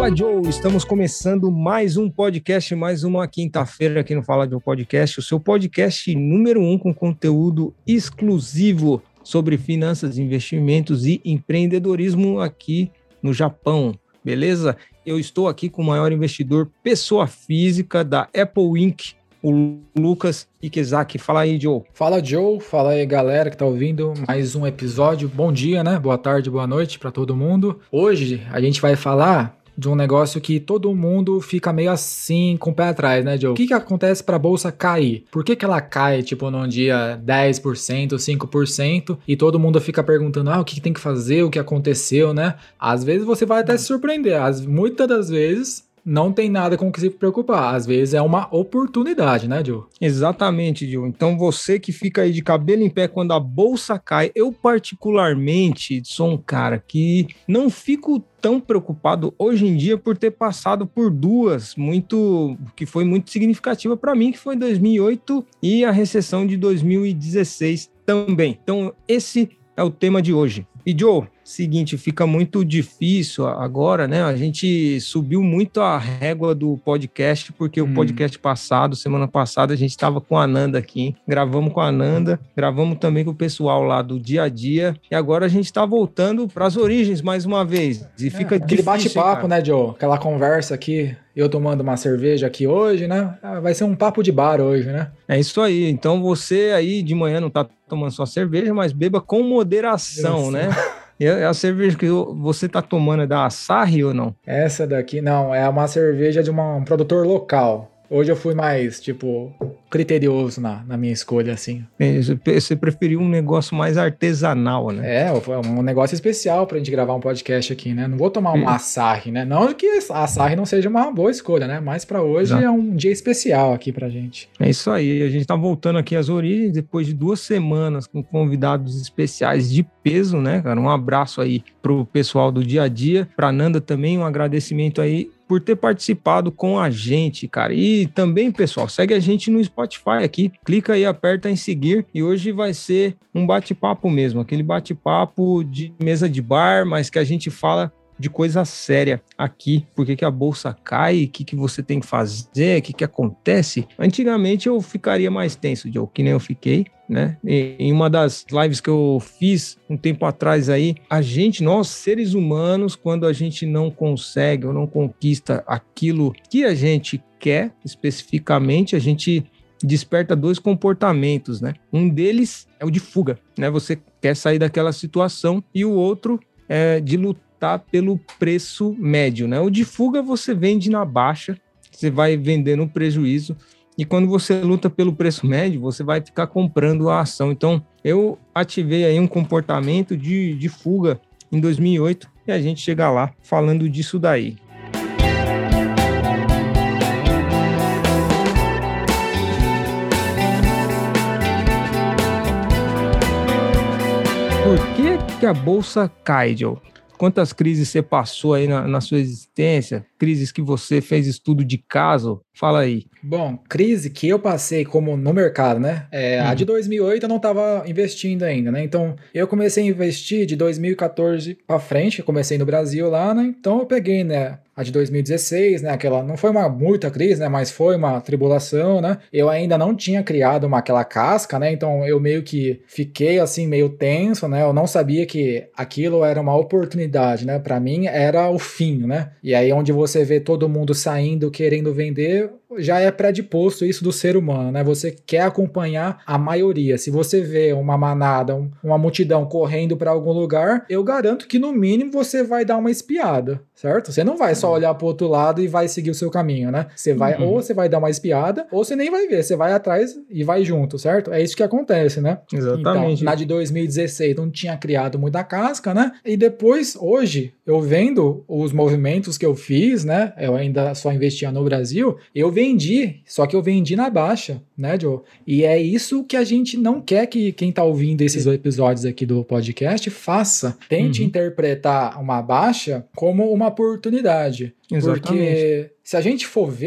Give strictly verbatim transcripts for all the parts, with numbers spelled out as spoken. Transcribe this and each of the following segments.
Fala Joe, estamos começando mais um podcast, mais uma quinta-feira aqui no Fala Joe Podcast, o seu podcast número um com conteúdo exclusivo sobre finanças, investimentos e empreendedorismo aqui no Japão, beleza? Eu estou aqui com o maior investidor pessoa física da Apple Incorporated, o Lucas Ikezaki. Fala aí, Joe. Fala, Joe. Fala aí, galera que tá ouvindo mais um episódio. Bom dia, né? Boa tarde, boa noite para todo mundo. Hoje a gente vai falar de um negócio que todo mundo fica meio assim, com o pé atrás, né, Joe? O que que acontece pra bolsa cair? Por que que ela cai, tipo, num dia dez por cento, cinco por cento, e todo mundo fica perguntando, ah, o que que tem que fazer, o que aconteceu, né? Às vezes você vai até se surpreender, As, muitas das vezes não tem nada com o que se preocupar. Às vezes é uma oportunidade, né, Joe? Exatamente, Joe. Então você que fica aí de cabelo em pé quando a bolsa cai, eu particularmente sou um cara que não fico tão preocupado hoje em dia por ter passado por duas muito que foi muito significativa para mim, que foi dois mil e oito e a recessão de dois mil e dezesseis também. Então esse é o tema de hoje. E Joe, seguinte, fica muito difícil agora, né? A gente subiu muito a régua do podcast, porque hum. o podcast passado, semana passada, a gente estava com a Ananda aqui, hein? Gravamos com a Ananda, gravamos também com o pessoal lá do dia a dia, e agora a gente está voltando para as origens mais uma vez. E fica é, difícil. Aquele bate-papo, hein, né, Joe? Aquela conversa aqui, eu tomando uma cerveja aqui hoje, né? Vai ser um papo de bar hoje, né? É isso aí. Então você aí de manhã não tá tomando só cerveja, mas beba com moderação, né? É a cerveja que você tá tomando é da Asahi ou não? Essa daqui, não, é uma cerveja de uma, um produtor local. Hoje eu fui mais, tipo, criterioso na, na minha escolha, assim. Você preferiu um negócio mais artesanal, né? É, um negócio especial pra gente gravar um podcast aqui, né? Não vou tomar uma Asahi, né? Não que a Asahi não seja uma boa escolha, né? Mas pra hoje Exato. É um dia especial aqui pra gente. É isso aí, a gente tá voltando aqui às origens, depois de duas semanas com convidados especiais de peso, né, cara? Um abraço aí pro pessoal do dia a dia, pra Nanda também, um agradecimento aí por ter participado com a gente, cara. E também, pessoal, segue a gente no Spotify aqui, clica aí, aperta em seguir, e hoje vai ser um bate-papo mesmo, aquele bate-papo de mesa de bar, mas que a gente fala de coisa séria aqui, porque que a bolsa cai, o que, que você tem que fazer, o que, que acontece. Antigamente eu ficaria mais tenso, Joe, que nem eu fiquei, né? E, em uma das lives que eu fiz um tempo atrás aí, a gente, nós seres humanos, quando a gente não consegue ou não conquista aquilo que a gente quer, especificamente, a gente desperta dois comportamentos, né? Um deles é o de fuga, né? Você quer sair daquela situação, e o outro é de lutar pelo preço médio, né? O de fuga você vende na baixa, você vai vender no prejuízo, e quando você luta pelo preço médio, você vai ficar comprando a ação. Então, eu ativei aí um comportamento de, de fuga em dois mil e oito, e a gente chega lá falando disso daí. Por que que a bolsa cai, Joe? Quantas crises você passou aí na, na sua existência? Crises que você fez estudo de caso? Fala aí. Bom, crise que eu passei como no mercado, né? É, hum. A de dois mil e oito eu não estava investindo ainda, né? Então, eu comecei a investir de dois mil e quatorze para frente, eu comecei no Brasil lá, né? Então, eu peguei, né, a de dois mil e dezesseis, né? Aquela não foi uma muita crise, né? Mas foi uma tribulação, né? Eu ainda não tinha criado uma, aquela casca, né? Então, eu meio que fiquei, assim, meio tenso, né? Eu não sabia que aquilo era uma oportunidade, né? Para mim, era o fim, né? E aí, onde você vê todo mundo saindo, querendo vender, já é predisposto isso do ser humano, né? Você quer acompanhar a maioria. Se você vê uma manada, um, uma multidão correndo para algum lugar, eu garanto que no mínimo você vai dar uma espiada, certo? Você não vai só olhar para o outro lado e vai seguir o seu caminho, né? Você vai, uhum. ou você vai dar uma espiada, ou você nem vai ver, você vai atrás e vai junto, certo? É isso que acontece, né? Exatamente. Então, na de dois mil e dezesseis não tinha criado muita casca, né? E depois, hoje, eu vendo os movimentos que eu fiz, né? Eu ainda só investia no Brasil, eu vendi, só que eu vendi na baixa, né, Joe? E é isso que a gente não quer que quem tá ouvindo esses episódios aqui do podcast faça. Tente uhum. interpretar uma baixa como uma oportunidade. Exatamente. Porque se a gente for ver,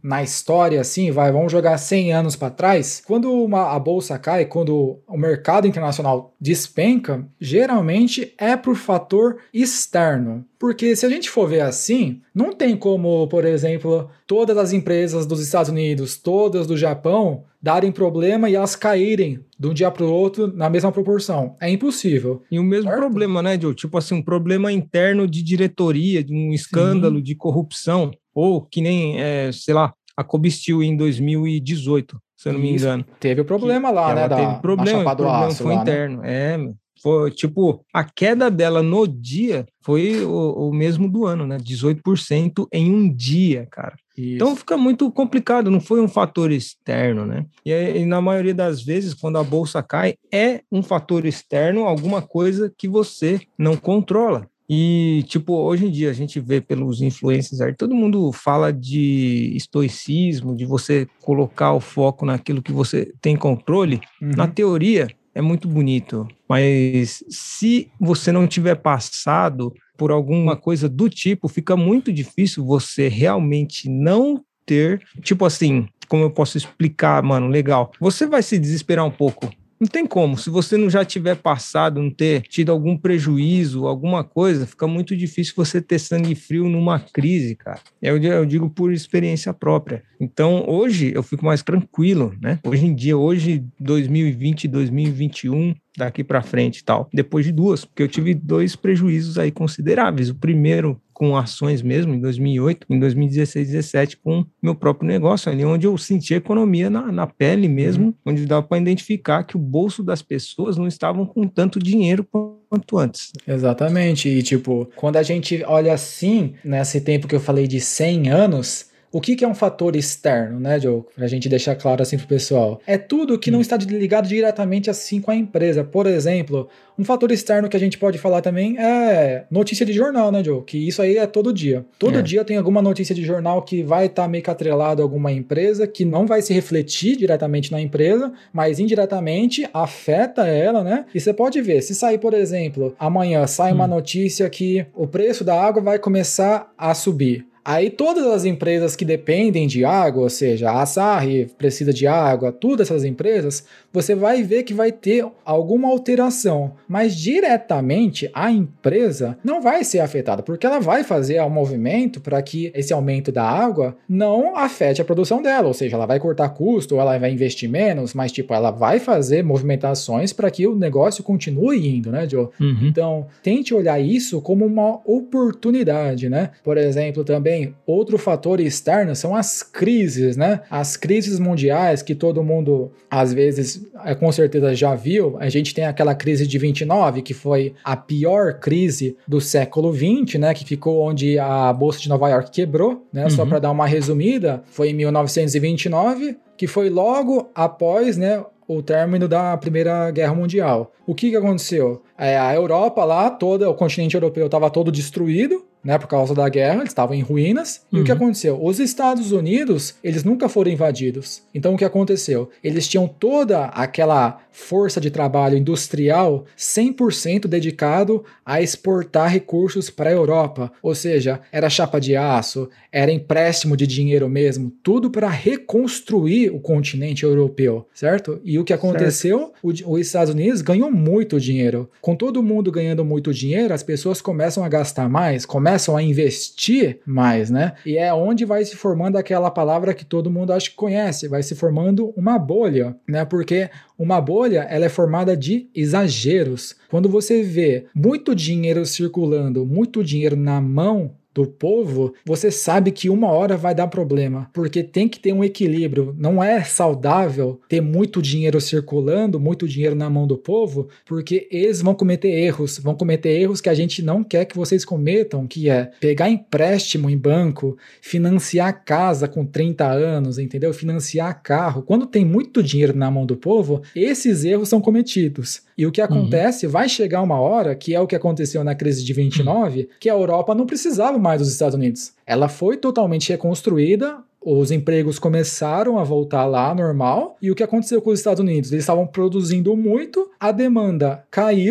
na história, assim, vai, vamos jogar cem anos para trás, quando uma, a bolsa cai, quando o mercado internacional despenca, geralmente é por fator externo. Porque se a gente for ver assim, não tem como, por exemplo, todas as empresas dos Estados Unidos, todas do Japão, darem problema e elas caírem de um dia para o outro na mesma proporção. É impossível. E o mesmo certo? problema, né, Joe? Tipo assim, um problema interno de diretoria, de um escândalo Sim. de corrupção, ou que nem, é, sei lá, a Kobe Steel em dois mil e dezoito, se eu não Isso. me engano. Teve o problema que, lá, que né? Ela da, teve problema, o problema aço, foi lá, interno. Né? É, foi, tipo, a queda dela no dia foi o, o mesmo do ano, né? dezoito por cento em um dia, cara. Isso. Então fica muito complicado, não foi um fator externo, né? E, e na maioria das vezes, quando a bolsa cai, é um fator externo, alguma coisa que você não controla. E, tipo, hoje em dia a gente vê pelos influencers aí, todo mundo fala de estoicismo, de você colocar o foco naquilo que você tem controle. Uhum. Na teoria, é muito bonito, mas se você não tiver passado por alguma coisa do tipo, fica muito difícil você realmente não ter, tipo assim, como eu posso explicar, mano, legal, você vai se desesperar um pouco. Não tem como, se você não já tiver passado, não ter tido algum prejuízo, alguma coisa, fica muito difícil você ter sangue frio numa crise, cara. Eu, eu digo por experiência própria. Então, hoje eu fico mais tranquilo, né? Hoje em dia, hoje, dois mil e vinte, dois mil e vinte e um, daqui para frente e tal. Depois de duas, porque eu tive dois prejuízos aí consideráveis. O primeiro com ações mesmo, em dois mil e oito, em dois mil e dezesseis, dezessete, com meu próprio negócio, ali onde eu senti a economia na, na pele mesmo, uhum. onde dava para identificar que o bolso das pessoas não estavam com tanto dinheiro quanto antes. Exatamente, e tipo, quando a gente olha assim, nesse tempo que eu falei de cem anos, o que, que é um fator externo, né, Joe? Pra gente deixar claro assim pro pessoal. É tudo que hum. não está ligado diretamente assim com a empresa. Por exemplo, um fator externo que a gente pode falar também é notícia de jornal, né, Joe? Que isso aí é todo dia. Todo é. dia tem alguma notícia de jornal que vai estar tá meio que atrelado a alguma empresa, que não vai se refletir diretamente na empresa, mas indiretamente afeta ela, né? E você pode ver, se sair, por exemplo, amanhã sai hum. uma notícia que o preço da água vai começar a subir. Aí todas as empresas que dependem de água, ou seja, a Asahi precisa de água, todas essas empresas, você vai ver que vai ter alguma alteração, mas diretamente a empresa não vai ser afetada, porque ela vai fazer o movimento para que esse aumento da água não afete a produção dela, ou seja, ela vai cortar custo, ou ela vai investir menos, mas tipo, ela vai fazer movimentações para que o negócio continue indo, né, Joe? Uhum. Então, tente olhar isso como uma oportunidade, né? Por exemplo, também outro fator externo são as crises, né? As crises mundiais que todo mundo, às vezes, com certeza já viu. A gente tem aquela crise de vinte e nove, que foi a pior crise do século vinte, né? Que ficou onde a Bolsa de Nova York quebrou, né? Uhum. Só para dar uma resumida, foi em mil novecentos e vinte e nove, que foi logo após, né, o término da Primeira Guerra Mundial. O que que aconteceu? É, a Europa lá, toda, o continente europeu estava todo destruído, né, por causa da guerra, eles estavam em ruínas. E uhum. o que aconteceu? Os Estados Unidos, eles nunca foram invadidos. Então o que aconteceu? Eles tinham toda aquela força de trabalho industrial cem por cento dedicado a exportar recursos para a Europa. Ou seja, era chapa de aço, era empréstimo de dinheiro mesmo, tudo para reconstruir o continente europeu, certo? E o que aconteceu? O, os Estados Unidos ganhou muito dinheiro. Com todo mundo ganhando muito dinheiro, as pessoas começam a gastar mais, começam começam a investir mais, né? E é onde vai se formando aquela palavra que todo mundo acho que conhece, vai se formando uma bolha, né? Porque uma bolha, ela é formada de exageros. Quando você vê muito dinheiro circulando, muito dinheiro na mão do povo, você sabe que uma hora vai dar problema, porque tem que ter um equilíbrio. Não é saudável ter muito dinheiro circulando, muito dinheiro na mão do povo, porque eles vão cometer erros, vão cometer erros que a gente não quer que vocês cometam, que é pegar empréstimo em banco, financiar casa com trinta anos, entendeu? Financiar carro. Quando tem muito dinheiro na mão do povo, esses erros são cometidos. E o que acontece, uhum. vai chegar uma hora, que é o que aconteceu na crise de vinte e nove, uhum. que a Europa não precisava mais dos Estados Unidos. Ela foi totalmente reconstruída, os empregos começaram a voltar lá normal, e o que aconteceu com os Estados Unidos? Eles estavam produzindo muito, a demanda caiu,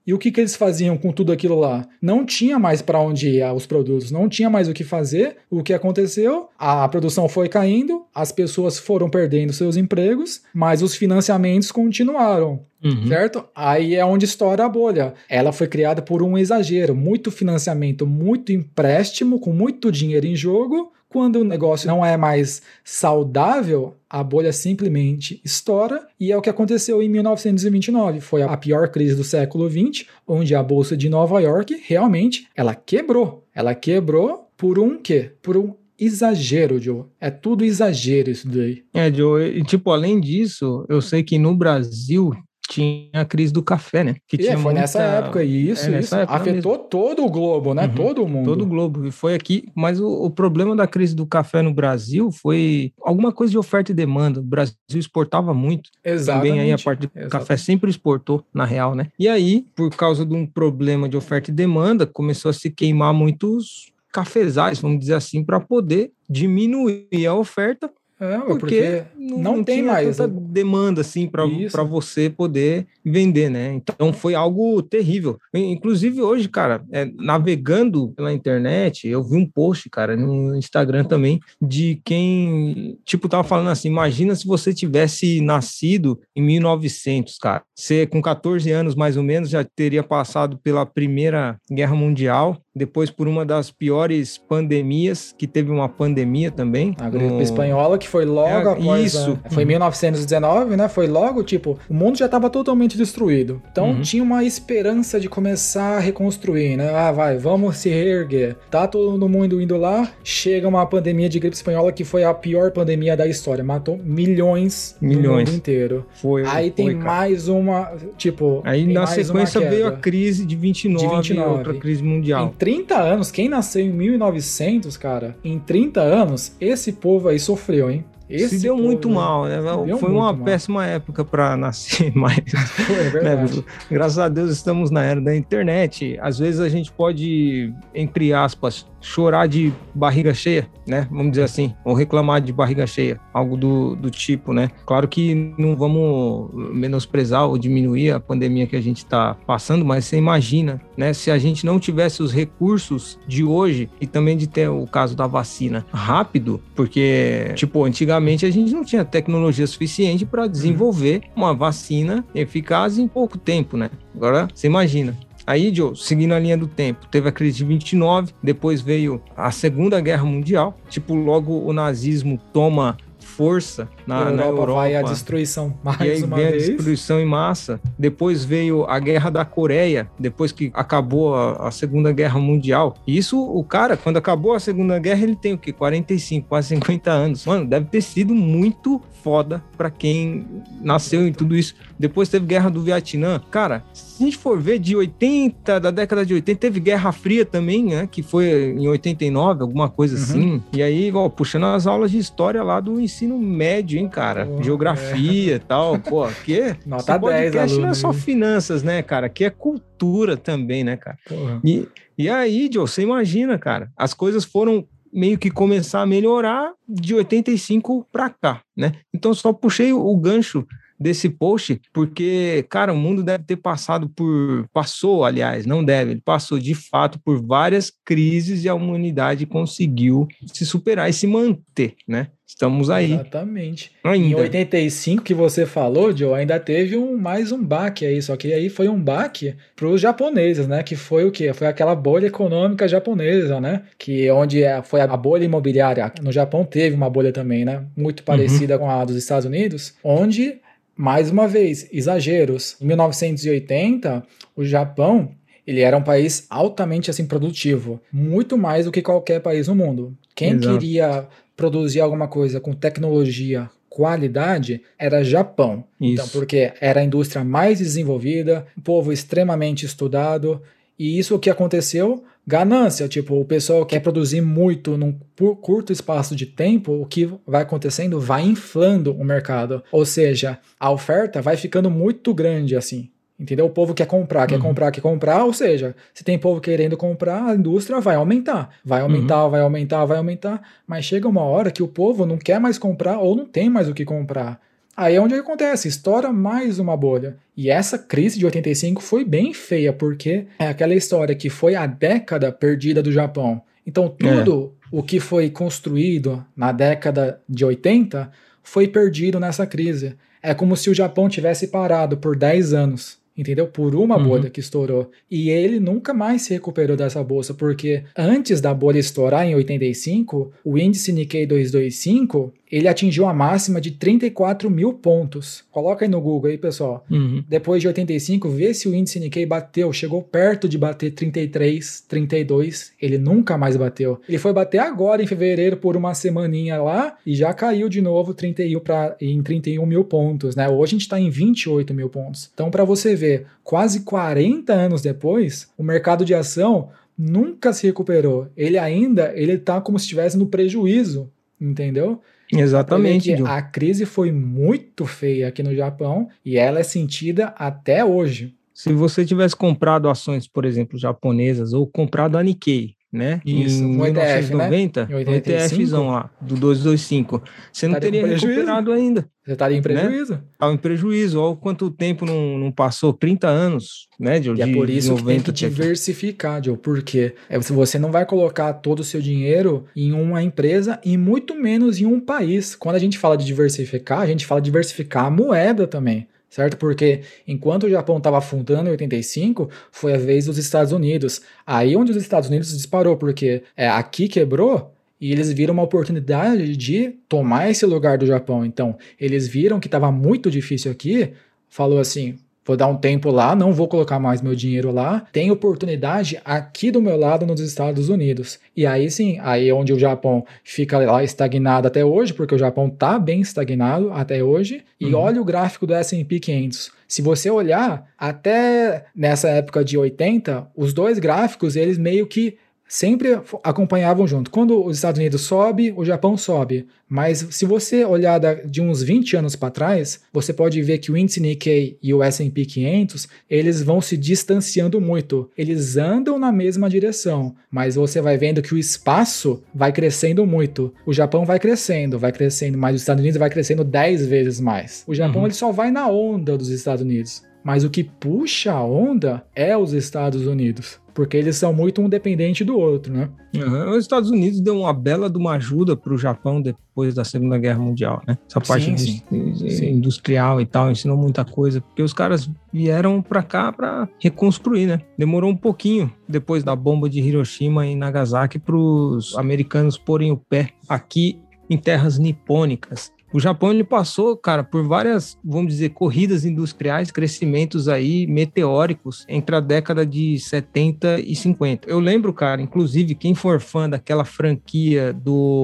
E o que, que eles faziam com tudo aquilo lá? Não tinha mais para onde ir os produtos, não tinha mais o que fazer. O que aconteceu? A produção foi caindo, as pessoas foram perdendo seus empregos, mas os financiamentos continuaram. Uhum. Certo? Aí é onde estoura a bolha. Ela foi criada por um exagero, muito financiamento, muito empréstimo, com muito dinheiro em jogo. Quando o negócio não é mais saudável, a bolha simplesmente estoura, e é o que aconteceu em mil novecentos e vinte e nove. Foi a pior crise do século vinte, onde a Bolsa de Nova York realmente ela quebrou. Ela quebrou por um quê? Por um exagero, Joe. É tudo exagero isso daí. É, Joe, e tipo, além disso, eu sei que no Brasil tinha a crise do café, né? Que tinha foi muita... nessa época, isso, é, isso. Época afetou mesmo. Todo o globo, né? Uhum. Todo o mundo. Todo o globo. E foi aqui, mas o, o problema da crise do café no Brasil foi alguma coisa de oferta e demanda. O Brasil exportava muito. Exatamente. Também aí a parte do Exatamente. Café sempre exportou, na real, né? E aí, por causa de um problema de oferta e demanda, começou a se queimar muitos cafezais, vamos dizer assim, para poder diminuir a oferta. É, porque, porque não, não, não tem tinha mais tanta demanda assim para você poder vender, né? Então foi algo terrível. Inclusive hoje, cara, é, navegando pela internet, eu vi um post, cara, no Instagram também, de quem, tipo, tava falando assim, imagina se você tivesse nascido em mil e novecentos, cara. Você com catorze anos mais ou menos já teria passado pela Primeira Guerra Mundial, depois por uma das piores pandemias, que teve uma pandemia também. A gripe no... espanhola, que foi logo é, após... Isso. A... Foi em mil novecentos e dezenove, né? Foi logo, tipo, o mundo já estava totalmente destruído. Então, uhum. tinha uma esperança de começar a reconstruir, né? Ah, vai, vamos se reerguer. Tá todo mundo indo lá, chega uma pandemia de gripe espanhola que foi a pior pandemia da história. Matou milhões, milhões. no mundo inteiro. Foi. Aí foi, tem cara. mais uma, tipo... Aí na sequência veio a crise de vinte e nove, de vinte e nove. Outra crise mundial. Em trinta anos, quem nasceu em mil e novecentos, cara, em trinta anos, esse povo aí sofreu, hein? Esse Se deu povo, muito né? mal, né? Deu Foi uma mal. péssima época para nascer, mas é verdade. Né? Graças a Deus estamos na era da internet. Às vezes a gente pode, entre aspas, chorar de barriga cheia, né? Vamos dizer assim, ou reclamar de barriga cheia, algo do, do tipo, né? Claro que não vamos menosprezar ou diminuir a pandemia que a gente está passando, mas você imagina, né? Se a gente não tivesse os recursos de hoje e também de ter o caso da vacina rápido, porque, tipo, antigamente a gente não tinha tecnologia suficiente para desenvolver uma vacina eficaz em pouco tempo, né? Agora, você imagina. Aí, Joe, seguindo a linha do tempo, teve a crise de vinte e nove, depois veio a Segunda Guerra Mundial, tipo, logo o nazismo toma força na Europa. Na Europa vai a destruição mais e aí uma vem vez. a destruição em massa. Depois veio a Guerra da Coreia, depois que acabou a, a Segunda Guerra Mundial. E isso, o cara, quando acabou a Segunda Guerra, ele tem o quê? quarenta e cinco, quase cinquenta anos. Mano, deve ter sido muito foda pra quem nasceu em tudo isso. Depois teve Guerra do Vietnã. Cara, se a gente for ver de oitenta, da década de oitenta, teve Guerra Fria também, né? Que foi em oitenta e nove, alguma coisa uhum. assim. E aí, ó, puxando as aulas de história lá do ensino médio, hein, cara? Oh, Geografia e é. tal. Pô, que Nota dez, podcast aluno, não é só finanças, né, cara? Aqui é cultura também, né, cara? E, e aí, Joe, você imagina, cara, as coisas foram meio que começar a melhorar de oitenta e cinco pra cá, né? Então, só puxei o gancho desse post, porque, cara, o mundo deve ter passado por... Passou, aliás, não deve, ele passou, de fato, por várias crises e a humanidade conseguiu se superar e se manter, né? Estamos aí. Exatamente. Ainda. Em oitenta e cinco, que você falou, Joe, ainda teve um, mais um baque aí, só que aí foi um baque para os japoneses, né? Que foi o quê? Foi aquela bolha econômica japonesa, né? Que onde foi a bolha imobiliária. No Japão teve uma bolha também, né? Muito parecida uhum. com a dos Estados Unidos, onde... Mais uma vez, exageros. Em mil novecentos e oitenta, o Japão, ele era um país altamente assim produtivo, muito mais do que qualquer país no mundo. Quem Exato. queria produzir alguma coisa com tecnologia, qualidade, era Japão. Isso. Então, porque era a indústria mais desenvolvida, um povo extremamente estudado, e isso o que aconteceu? Ganância, tipo, o pessoal quer produzir muito num curto espaço de tempo, o que vai acontecendo? Vai inflando o mercado. Ou seja, a oferta vai ficando muito grande assim. Entendeu? O povo quer comprar, quer uhum. comprar, quer comprar, ou seja, se tem povo querendo comprar, a indústria vai aumentar. Vai aumentar, uhum. vai aumentar, vai aumentar, mas chega uma hora que o povo não quer mais comprar ou não tem mais o que comprar. Aí é onde acontece, estoura mais uma bolha. E essa crise de oitenta e cinco foi bem feia, porque é aquela história que foi a década perdida do Japão. Então tudo é. o que foi construído na década de oitenta foi perdido nessa crise. É como se o Japão tivesse parado por dez anos. Entendeu? Por uma uhum. bolha que estourou. E ele nunca mais se recuperou dessa bolsa, porque antes da bolha estourar em oitenta e cinco, o índice Nikkei duzentos e vinte e cinco, ele atingiu a máxima de trinta e quatro mil pontos. Coloca aí no Google aí, pessoal. Uhum. Depois de oitenta e cinco, vê se o índice Nikkei bateu, chegou perto de bater trinta e três, trinta e dois, ele nunca mais bateu. Ele foi bater agora em fevereiro por uma semaninha lá e já caiu de novo trinta e um pra, em trinta e um mil pontos, né? Hoje a gente está em vinte e oito mil pontos. Então, para você ver, quase quarenta anos depois, o mercado de ação nunca se recuperou. Ele ainda, ele tá como se estivesse no prejuízo, entendeu? Exatamente. A crise foi muito feia aqui no Japão e ela é sentida até hoje. Se você tivesse comprado ações, por exemplo, japonesas ou comprado a Nikkei, né? Isso, em um E T F, mil novecentos e noventa, né? um ETFzão lá, do duzentos e vinte e cinco, você não teria recuperado ainda. Você estaria em prejuízo. Estava né? em prejuízo. Olha quanto tempo não, não passou, trinta anos, né, Joe? E é por isso que tem que diversificar, Joe, porque você não vai colocar todo o seu dinheiro em uma empresa e muito menos em um país. Quando a gente fala de diversificar, a gente fala de diversificar a moeda também. Certo? Porque enquanto o Japão estava afundando em oitenta e cinco, foi a vez dos Estados Unidos. Aí onde os Estados Unidos disparou, porque é, aqui quebrou e eles viram uma oportunidade de tomar esse lugar do Japão. Então, eles viram que estava muito difícil aqui, falou assim, vou dar um tempo lá, não vou colocar mais meu dinheiro lá, tem oportunidade aqui do meu lado nos Estados Unidos. E aí sim, aí é onde o Japão fica lá estagnado até hoje, porque o Japão tá bem estagnado até hoje, e uhum. olha o gráfico do S and P quinhentos. Se você olhar, até nessa época de oitenta, os dois gráficos, eles meio que sempre acompanhavam junto. Quando os Estados Unidos sobe, o Japão sobe. Mas se você olhar de uns vinte anos para trás, você pode ver que o índice Nikkei e o S and P quinhentos, eles vão se distanciando muito. Eles andam na mesma direção, mas você vai vendo que o espaço vai crescendo muito. O Japão vai crescendo, vai crescendo, mas os Estados Unidos vai crescendo dez vezes mais. O Japão uhum. ele só vai na onda dos Estados Unidos. Mas o que puxa a onda é os Estados Unidos. Porque eles são muito um dependente do outro, né? Uhum. Os Estados Unidos deu uma bela de uma ajuda para o Japão depois da Segunda Guerra Mundial, né? Essa parte sim, sim. Sim. industrial e tal, ensinou muita coisa, porque os caras vieram para cá para reconstruir, né? Demorou um pouquinho depois da bomba de Hiroshima e Nagasaki para os americanos porem o pé aqui em terras nipônicas. O Japão, ele passou, cara, por várias, vamos dizer, corridas industriais, crescimentos aí meteóricos entre a década de setenta e cinquenta. Eu lembro, cara, inclusive, quem for fã daquela franquia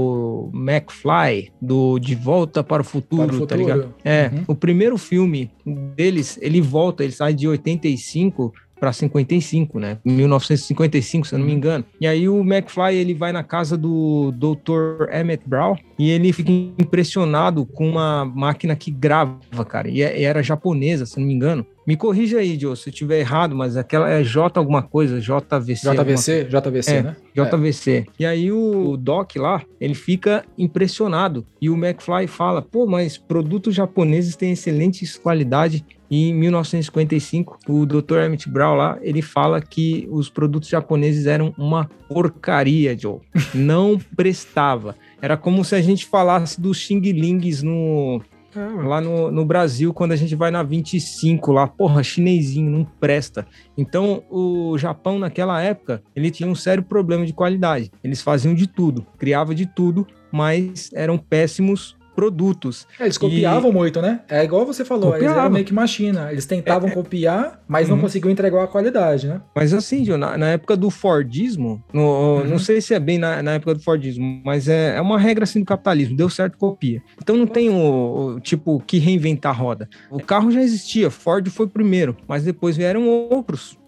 do McFly, do De Volta para o Futuro, para o futuro. Tá ligado? É, uhum. O primeiro filme deles, ele volta, ele sai de oitenta e cinco para cinquenta e cinco, né? mil novecentos e cinquenta e cinco, se eu não me engano. E aí o McFly, ele vai na casa do doutor Emmett Brown e ele fica impressionado com uma máquina que grava, cara. E era japonesa, se eu não me engano. Me corrija aí, Joe, se eu estiver errado, mas aquela é J alguma coisa, J V C. J V C? J V C, é, né? J V C. É. E aí o Doc lá, ele fica impressionado. E o McFly fala, pô, mas produtos japoneses têm excelente qualidade. E em mil novecentos e cinquenta e cinco, o doutor Emmett Brown lá, ele fala que os produtos japoneses eram uma porcaria, Joe. Não prestava. Era como se a gente falasse dos Xing Lings no... lá no, no Brasil, quando a gente vai na vinte e cinco lá, porra, chinesinho, não presta. Então, o Japão, naquela época, ele tinha um sério problema de qualidade. Eles faziam de tudo, criavam de tudo, mas eram péssimos produtos. É, eles copiavam e... muito, né? É igual você falou, Copiava. Eles eram meio que machina. Eles tentavam é, copiar, mas uhum. não conseguiam entregar a qualidade, né? Mas assim, Gio, na, na época do Fordismo, no, uhum. não sei se é bem na, na época do Fordismo, mas é, é uma regra assim do capitalismo, deu certo, copia. Então não tem o, o tipo, que reinventar a roda. O carro já existia, Ford foi o primeiro, mas depois vieram outros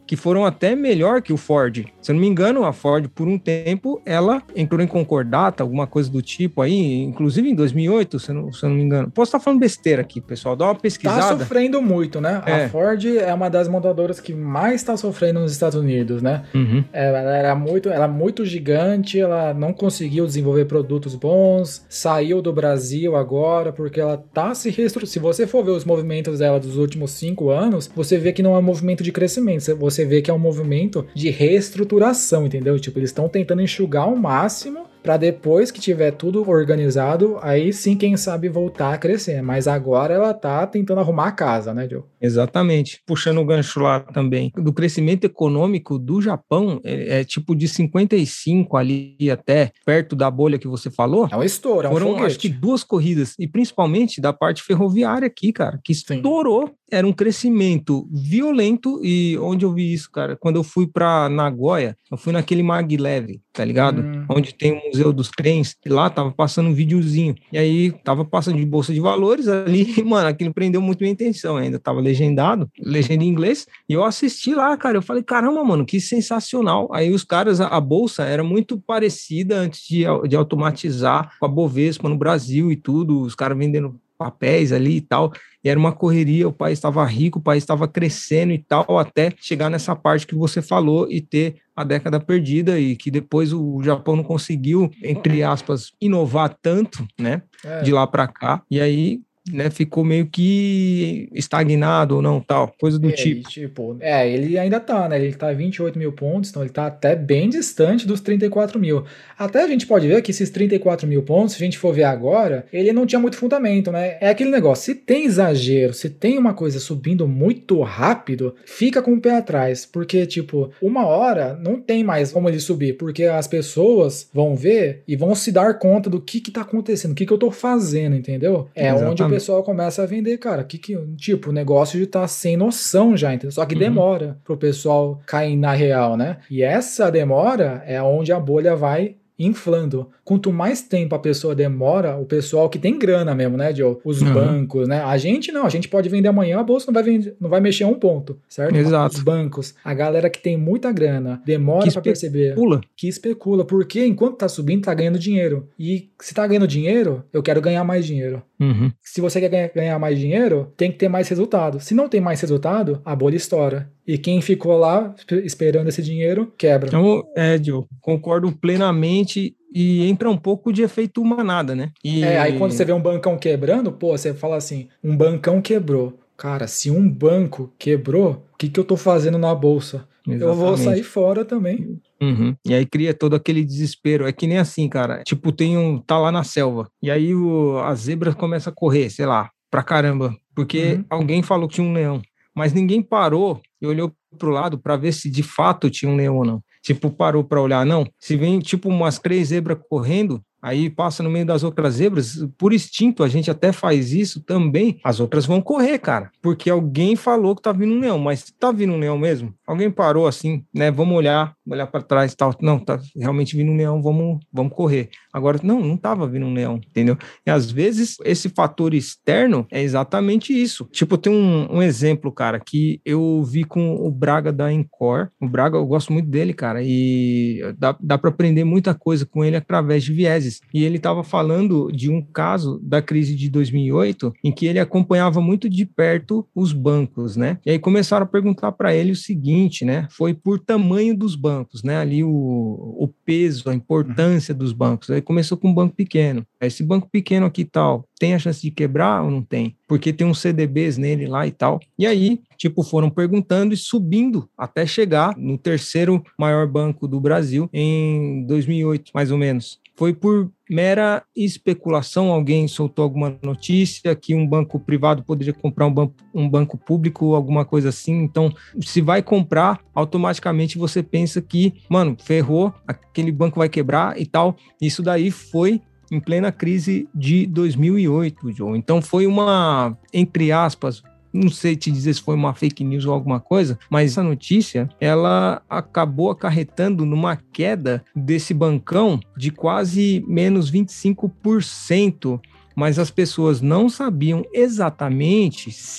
que foram até melhor que o Ford. Se eu não me engano, a Ford, por um tempo, ela entrou em concordata, alguma coisa do tipo aí, inclusive em dois mil e oito, se eu não, se eu não me engano. Posso estar falando besteira aqui, pessoal, dá uma pesquisada. Tá sofrendo muito, né? É. A Ford é uma das montadoras que mais está sofrendo nos Estados Unidos, né? Uhum. Ela era muito, ela é muito gigante, ela não conseguiu desenvolver produtos bons, saiu do Brasil agora, porque ela tá se reestruturando. Se você for ver os movimentos dela dos últimos cinco anos, você vê que não é um movimento de crescimento, você vê que é um movimento de reestruturação, entendeu? Tipo, eles estão tentando enxugar ao máximo para depois que tiver tudo organizado, aí sim, quem sabe voltar a crescer. Mas agora ela tá tentando arrumar a casa, né, Joe? Exatamente. Puxando o gancho lá também, do crescimento econômico do Japão, é, é tipo de cinquenta e cinco ali até perto da bolha que você falou. É um estouro, é um foram, foguete. Acho que duas corridas, e principalmente da parte ferroviária aqui, cara, que estourou. Sim. Era um crescimento violento, e onde eu vi isso, cara? Quando eu fui para Nagoya, eu fui naquele Maglev, tá ligado? Hum. Onde tem o Museu dos Trens, e lá tava passando um videozinho, e aí tava passando de bolsa de valores ali, e, mano, aquilo prendeu muito minha atenção, ainda tava legendado, legenda em inglês, e eu assisti lá, cara, eu falei, caramba, mano, que sensacional. Aí os caras, a, a bolsa era muito parecida antes de, de automatizar com a Bovespa no Brasil e tudo, os caras vendendo papéis ali e tal, e era uma correria, o país estava rico, o país estava crescendo e tal, até chegar nessa parte que você falou e ter a década perdida, e que depois o Japão não conseguiu, entre aspas, inovar tanto, né, é. de lá para cá, e aí, né, ficou meio que estagnado ou não, tal, coisa do é, tipo. E, tipo. É, ele ainda tá, né, ele tá vinte e oito mil pontos, então ele tá até bem distante dos trinta e quatro mil. Até a gente pode ver que esses trinta e quatro mil pontos, se a gente for ver agora, ele não tinha muito fundamento, né, é aquele negócio, se tem exagero, se tem uma coisa subindo muito rápido, fica com o pé atrás, porque, tipo, uma hora não tem mais como ele subir, porque as pessoas vão ver e vão se dar conta do que que tá acontecendo, o que que eu tô fazendo, entendeu? É Exatamente. Onde o pessoal começa a vender, cara, que que, tipo, o negócio de tá sem noção já, entendeu? Só que uhum. demora pro pessoal cair na real, né? E essa demora é onde a bolha vai inflando. Quanto mais tempo a pessoa demora, o pessoal que tem grana mesmo, né, Joe? Os uhum. bancos, né? A gente não, a gente pode vender amanhã, a bolsa não vai, vender, não vai mexer um ponto, certo? Exato. Os bancos, a galera que tem muita grana, demora para perceber. Especula. Que especula, porque enquanto tá subindo, tá ganhando dinheiro. E se tá ganhando dinheiro, eu quero ganhar mais dinheiro. Uhum. Se você quer ganhar, ganhar mais dinheiro, tem que ter mais resultado. Se não tem mais resultado, a bolha estoura. E quem ficou lá esperando esse dinheiro, quebra. Então, é, Joe, concordo plenamente. E entra um pouco de efeito manada, né? E... É, aí quando você vê um bancão quebrando, pô, você fala assim, um bancão quebrou. Cara, se um banco quebrou, o que, que eu tô fazendo na bolsa? Exatamente. Eu vou sair fora também. Uhum. E aí cria todo aquele desespero. É que nem assim, cara. Tipo, tem um... Tá lá na selva. E aí o, as zebras começam a correr, sei lá, pra caramba. Porque uhum. alguém falou que tinha um leão. Mas ninguém parou e olhou pro lado pra ver se de fato tinha um leão ou não. Tipo, parou para olhar, não. Se vem, tipo, umas três zebras correndo, aí passa no meio das outras zebras, por instinto, a gente até faz isso também, as outras vão correr, cara. Porque alguém falou que tá vindo um leão, mas tá vindo um leão mesmo? Alguém parou assim, né? Vamos olhar, olhar para trás e tal. Não, tá realmente vindo um leão, vamos, vamos correr. Agora, não, não tava vindo um leão, entendeu? E às vezes, esse fator externo é exatamente isso. Tipo, tem um, um exemplo, cara, que eu vi com o Braga da Encore. O Braga, eu gosto muito dele, cara, e dá, dá para aprender muita coisa com ele através de vieses. E ele estava falando de um caso da crise de dois mil e oito, em que ele acompanhava muito de perto os bancos, né? E aí começaram a perguntar para ele o seguinte, né? Foi por tamanho dos bancos, né? Ali o, o peso, a importância dos bancos. Aí começou com um banco pequeno. Esse banco pequeno aqui e tal, tem a chance de quebrar ou não tem? Porque tem uns C D Bs nele lá e tal. E aí, tipo, foram perguntando e subindo até chegar no terceiro maior banco do Brasil em dois mil e oito, mais ou menos. Foi por mera especulação, alguém soltou alguma notícia que um banco privado poderia comprar um banco, um banco público, alguma coisa assim. Então, se vai comprar, automaticamente você pensa que, mano, ferrou, aquele banco vai quebrar e tal. Isso daí foi em plena crise de dois mil e oito, Joe. Então, foi uma, entre aspas, não sei te dizer se foi uma fake news ou alguma coisa, mas essa notícia, ela acabou acarretando numa queda desse bancão de quase menos vinte e cinco por cento, mas as pessoas não sabiam exatamente se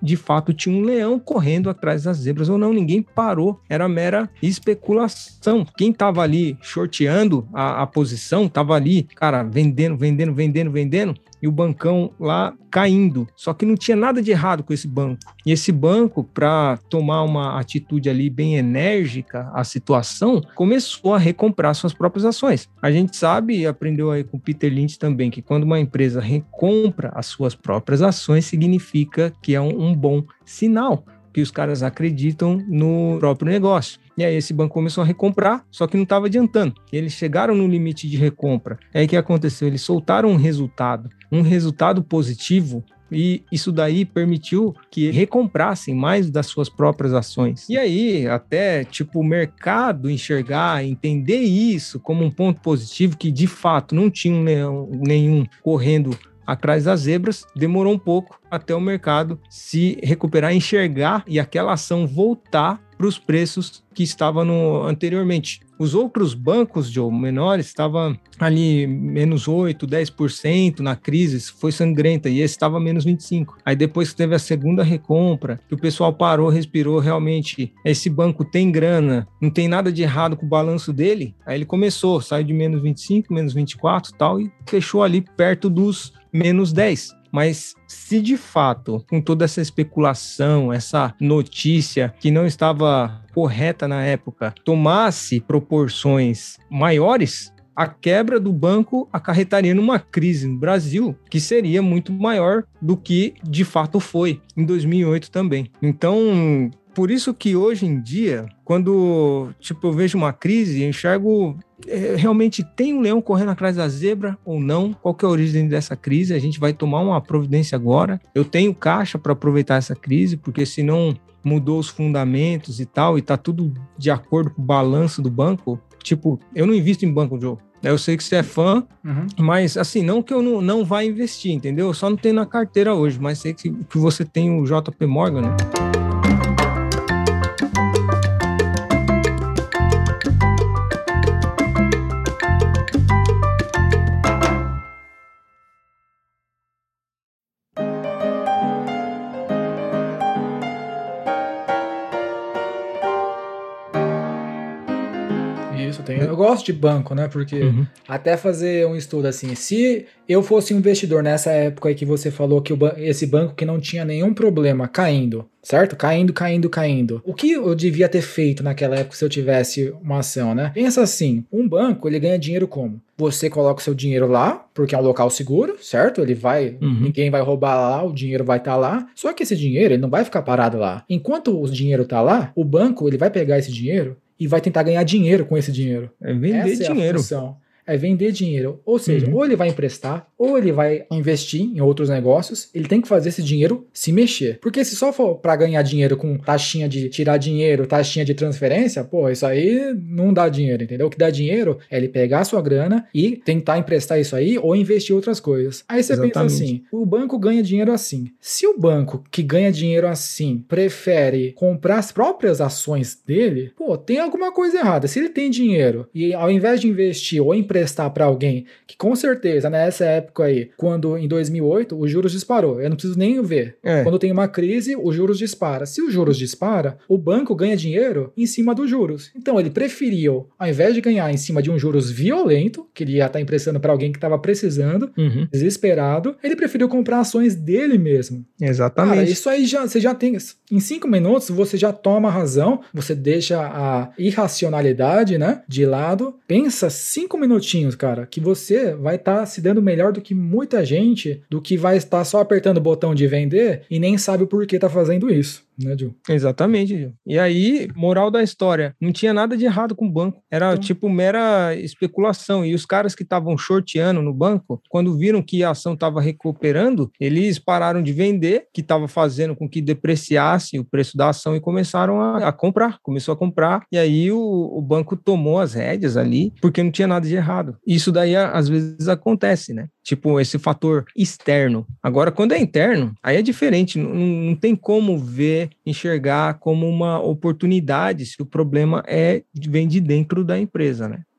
de fato tinha um leão correndo atrás das zebras ou não. Ninguém parou, era mera especulação. Quem estava ali shorteando a, a posição, estava ali, cara, vendendo, vendendo, vendendo, vendendo, e o bancão lá caindo. Só que não tinha nada de errado com esse banco. E esse banco, para tomar uma atitude ali bem enérgica à situação, começou a recomprar suas próprias ações. A gente sabe e aprendeu aí com o Peter Lynch também que quando uma empresa recompra as suas próprias ações, significa que é um, um bom sinal, que os caras acreditam no próprio negócio. E aí esse banco começou a recomprar, só que não estava adiantando. Eles chegaram no limite de recompra. E aí o que aconteceu? Eles soltaram um resultado, um resultado positivo, e isso daí permitiu que recomprassem mais das suas próprias ações. E aí, até tipo o mercado enxergar, entender isso como um ponto positivo, que de fato não tinha um leão nenhum correndo atrás das zebras, demorou um pouco até o mercado se recuperar, enxergar e aquela ação voltar para os preços que estavam no, anteriormente. Os outros bancos, Joe, menores, estavam ali menos oito, dez por cento na crise, foi sangrenta, e esse estava menos vinte e cinco por cento. Aí depois que teve a segunda recompra, que o pessoal parou, respirou, realmente, esse banco tem grana, não tem nada de errado com o balanço dele, aí ele começou, saiu de menos vinte e cinco, menos vinte e quatro e tal, e fechou ali perto dos menos dez. Mas se de fato, com toda essa especulação, essa notícia que não estava correta na época, tomasse proporções maiores, a quebra do banco acarretaria numa crise no Brasil que seria muito maior do que de fato foi em dois mil e oito também. Então, por isso que hoje em dia, quando tipo, eu vejo uma crise, eu enxergo é, realmente tem um leão correndo atrás da zebra ou não, qual que é a origem dessa crise, a gente vai tomar uma providência agora. Eu tenho caixa para aproveitar essa crise, porque senão mudou os fundamentos e tal, e tá tudo de acordo com o balanço do banco. Tipo, eu não invisto em banco, Joe. Eu sei que você é fã, uhum. Mas assim, não que eu não, não vá investir, entendeu? Eu só não tenho na carteira hoje, mas sei que, que você tem o J P Morgan, né? Eu gosto de banco, né? Porque uhum. até fazer um estudo assim, se eu fosse um investidor nessa época aí que você falou que o ba- esse banco que não tinha nenhum problema caindo, certo? Caindo, caindo, caindo. O que eu devia ter feito naquela época se eu tivesse uma ação, né? Pensa assim, um banco, ele ganha dinheiro como? Você coloca o seu dinheiro lá, porque é um local seguro, certo? Ele vai, uhum. ninguém vai roubar lá, o dinheiro vai estar tá lá. Só que esse dinheiro, ele não vai ficar parado lá. Enquanto o dinheiro tá lá, o banco, ele vai pegar esse dinheiro e vai tentar ganhar dinheiro com esse dinheiro. É vender Essa dinheiro. É a função. É vender dinheiro. Ou seja, uhum. ou ele vai emprestar, ou ele vai investir em outros negócios. Ele tem que fazer esse dinheiro se mexer. Porque se só for para ganhar dinheiro com taxinha de tirar dinheiro, taxinha de transferência, pô, isso aí não dá dinheiro, entendeu? O que dá dinheiro é ele pegar a sua grana e tentar emprestar isso aí ou investir em outras coisas. Aí você Exatamente. pensa assim, o banco ganha dinheiro assim. Se o banco que ganha dinheiro assim prefere comprar as próprias ações dele, pô, tem alguma coisa errada. Se ele tem dinheiro e ao invés de investir ou emprestar prestar para alguém, que com certeza nessa época aí, quando em dois mil e oito os juros disparou, eu não preciso nem ver. É. Quando tem uma crise, os juros dispara. Se os juros dispara, o banco ganha dinheiro em cima dos juros. Então ele preferiu, ao invés de ganhar em cima de um juros violento, que ele ia estar emprestando para alguém que estava precisando, uhum. desesperado, ele preferiu comprar ações dele mesmo. Exatamente. Cara, isso aí já, você já tem, em cinco minutos você já toma a razão, você deixa a irracionalidade, né, de lado, pensa cinco minutinhos, cara, que você vai estar tá se dando melhor do que muita gente, do que vai estar só apertando o botão de vender e nem sabe o porquê tá fazendo isso. Né, Gil? Exatamente, Gil. E aí, moral da história, não tinha nada de errado com o banco, era então... tipo mera especulação, e os caras que estavam shorteando no banco, quando viram que a ação estava recuperando, eles pararam de vender, que estava fazendo com que depreciasse o preço da ação e começaram a, a comprar, começou a comprar, e aí o, o banco tomou as rédeas ali, porque não tinha nada de errado. Isso daí às vezes acontece, né? Tipo, esse fator externo. Agora, quando é interno, aí é diferente, não, não tem como ver, enxergar como uma oportunidade se o problema é, vem de dentro da empresa, né?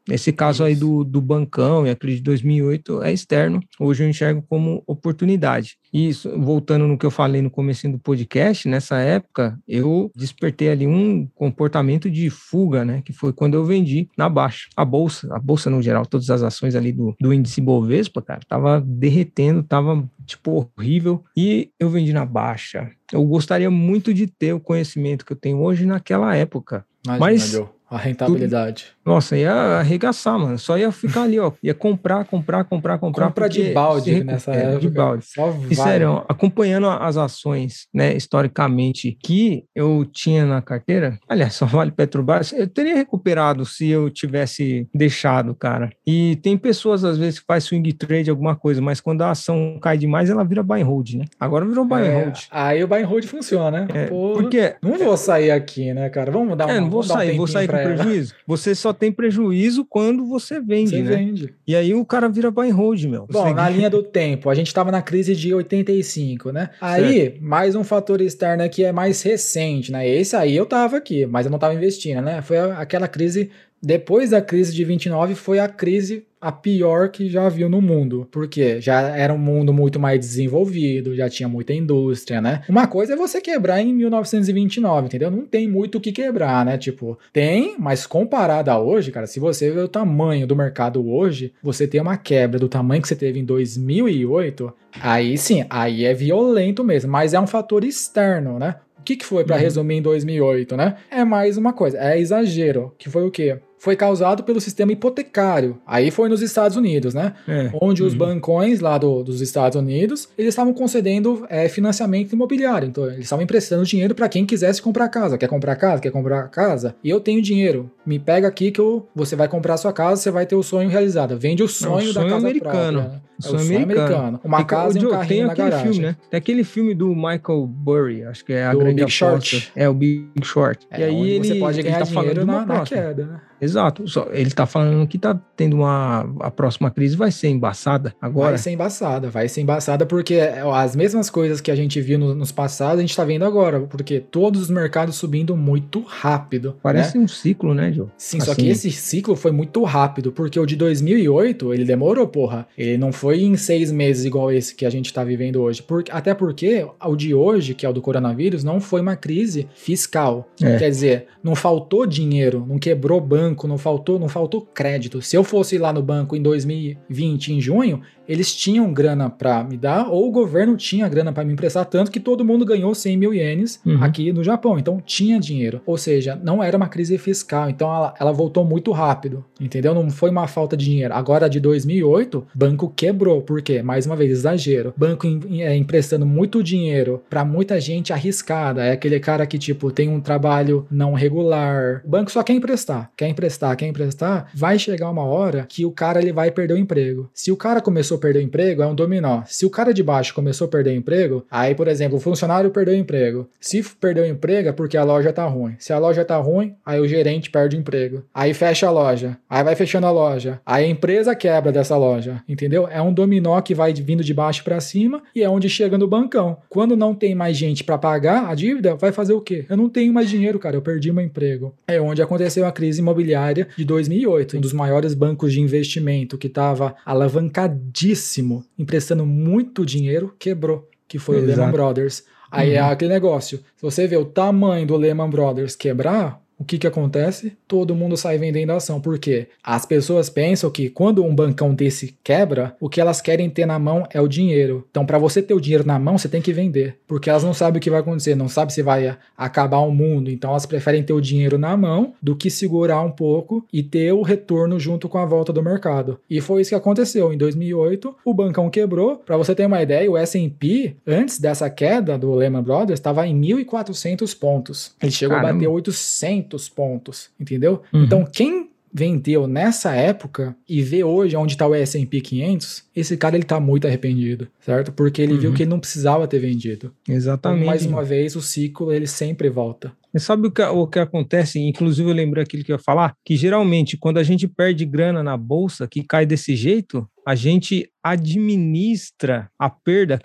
Esse caso aí do, do bancão e a crise de dois mil e oito é externo, hoje eu enxergo como oportunidade. E isso, voltando no que eu falei no comecinho do podcast, nessa época eu despertei ali um comportamento de fuga, né, que foi quando eu vendi na baixa. A bolsa, a bolsa no geral, todas as ações ali do, do índice Bovespa, cara, tava derretendo, tava tipo horrível, e eu vendi na baixa. Eu gostaria muito de ter o conhecimento que eu tenho hoje naquela época. Imagina, mas Joe, a rentabilidade. Tudo, nossa, ia arregaçar, mano. Só ia ficar ali, ó. Ia comprar, comprar, comprar, comprar. Compra de balde nessa época. De balde. Só vai. E sério, acompanhando as ações, né, historicamente, que eu tinha na carteira, aliás, só vale Petrobras, eu teria recuperado se eu tivesse deixado, cara. E tem pessoas, às vezes, que faz swing trade, alguma coisa, mas quando a ação cai demais, ela vira buy and hold, né? Agora virou buy and hold. É, aí o buy and hold funciona, né? É, Porra, porque... Não vou sair aqui, né, cara? Vamos dar uma... É, não vou sair, um vou sair com prejuízo. Você só tem prejuízo quando você vende, você né? vende. E aí o cara vira buy and hold, meu. Bom, você... na linha do tempo, a gente tava na crise de oitenta e cinco, né? Aí, certo. Mais um fator externo aqui é mais recente, né? Esse aí eu tava aqui, mas eu não tava investindo, né? Foi aquela crise... Depois da crise de vinte e nove, foi a crise a pior que já viu no mundo. Por quê? Já era um mundo muito mais desenvolvido, já tinha muita indústria, né? Uma coisa é você quebrar em mil novecentos e vinte e nove, entendeu? Não tem muito o que quebrar, né? Tipo, tem, mas comparado a hoje, cara, se você ver o tamanho do mercado hoje, você tem uma quebra do tamanho que você teve em dois mil e oito, aí sim, aí é violento mesmo, mas é um fator externo, né? O que, que foi, para uhum. resumir, em dois mil e oito, né? É mais uma coisa, é exagero, que foi o quê? Foi causado pelo sistema hipotecário. Aí foi nos Estados Unidos, né? É. Onde uhum. os bancões lá do, dos Estados Unidos, eles estavam concedendo é, financiamento imobiliário. Então, eles estavam emprestando dinheiro para quem quisesse comprar casa. Quer comprar casa? Quer comprar casa? E eu tenho dinheiro. Me pega aqui que eu, você vai comprar a sua casa, você vai ter o sonho realizado. Vende o sonho, Não, o sonho da casa americano. própria. Né? O sonho, é o sonho americano. americano. Uma tem, casa e um carrinho tem na aquele garagem. Filme, né? Tem aquele filme do Michael Burry, acho que é a do grande Big Short. É, o Big Short. É, e aí ele, você pode ganhar ele tá dinheiro falando na, na queda, né? Exato, só, ele tá falando que tá tendo uma, a próxima crise vai ser embaçada agora. Vai ser embaçada, vai ser embaçada porque as mesmas coisas que a gente viu no, nos passados, a gente tá vendo agora, porque todos os mercados subindo muito rápido. Parece né? um ciclo, né, Joe? Sim, assim. Só que esse ciclo foi muito rápido, porque o de dois mil e oito, ele demorou, porra. Ele não foi em seis meses igual esse que a gente tá vivendo hoje. Por, até porque o de hoje, que é o do coronavírus, não foi uma crise fiscal. É. Quer dizer, não faltou dinheiro, não quebrou banco, não faltou, não faltou crédito. Se eu fosse lá no banco em dois mil e vinte, em junho, eles tinham grana para me dar, ou o governo tinha grana para me emprestar, tanto que todo mundo ganhou cem mil ienes uhum. aqui no Japão. Então tinha dinheiro. Ou seja, não era uma crise fiscal. Então ela, ela voltou muito rápido, entendeu? Não foi uma falta de dinheiro. Agora, de dois mil e oito, banco quebrou. Por quê? Mais uma vez, exagero. Banco em, é, emprestando muito dinheiro para muita gente arriscada. É aquele cara que, tipo, tem um trabalho não regular. O banco só quer emprestar. Quer emprestar, quer emprestar. Vai chegar uma hora que o cara ele vai perder o emprego. Se o cara começou a perder o emprego, é um dominó. Se o cara de baixo começou a perder o emprego, aí, por exemplo, o funcionário perdeu o emprego. Se perdeu o emprego é porque a loja tá ruim. Se a loja tá ruim, aí o gerente perde o emprego. Aí fecha a loja. Aí vai fechando a loja. Aí a empresa quebra dessa loja. Entendeu? É um dominó que vai vindo de baixo pra cima e é onde chega no bancão. Quando não tem mais gente pra pagar a dívida, vai fazer o quê? Eu não tenho mais dinheiro, cara. Eu perdi meu emprego. É onde aconteceu a crise imobiliária de dois mil e oito. Um dos maiores bancos de investimento que tava alavancadíssimo, emprestando muito dinheiro, quebrou. Que foi Exato. o Lehman Brothers. Aí uhum. é aquele negócio. Se você vê o tamanho do Lehman Brothers quebrar, o que que acontece? Todo mundo sai vendendo a ação. Por quê? As pessoas pensam que quando um bancão desse quebra, o que elas querem ter na mão é o dinheiro. Então, para você ter o dinheiro na mão, você tem que vender. Porque elas não sabem o que vai acontecer, não sabem se vai acabar o mundo. Então, elas preferem ter o dinheiro na mão do que segurar um pouco e ter o retorno junto com a volta do mercado. E foi isso que aconteceu. Em dois mil e oito, o bancão quebrou. Para você ter uma ideia, o S and P, antes dessa queda do Lehman Brothers, estava em mil e quatrocentos pontos. Ele chegou Caramba. a bater oitocentos pontos, entendeu? Uhum. Então, quem vendeu nessa época e vê hoje onde está o S and P quinhentos, esse cara ele tá muito arrependido, certo? Porque ele uhum. viu que ele não precisava ter vendido. Exatamente. Então, mais uma vez, o ciclo ele sempre volta. E sabe o que, o que acontece? Inclusive, eu lembrei aquilo que eu ia falar, que geralmente, quando a gente perde grana na bolsa, que cai desse jeito, a gente administra a perda, cara.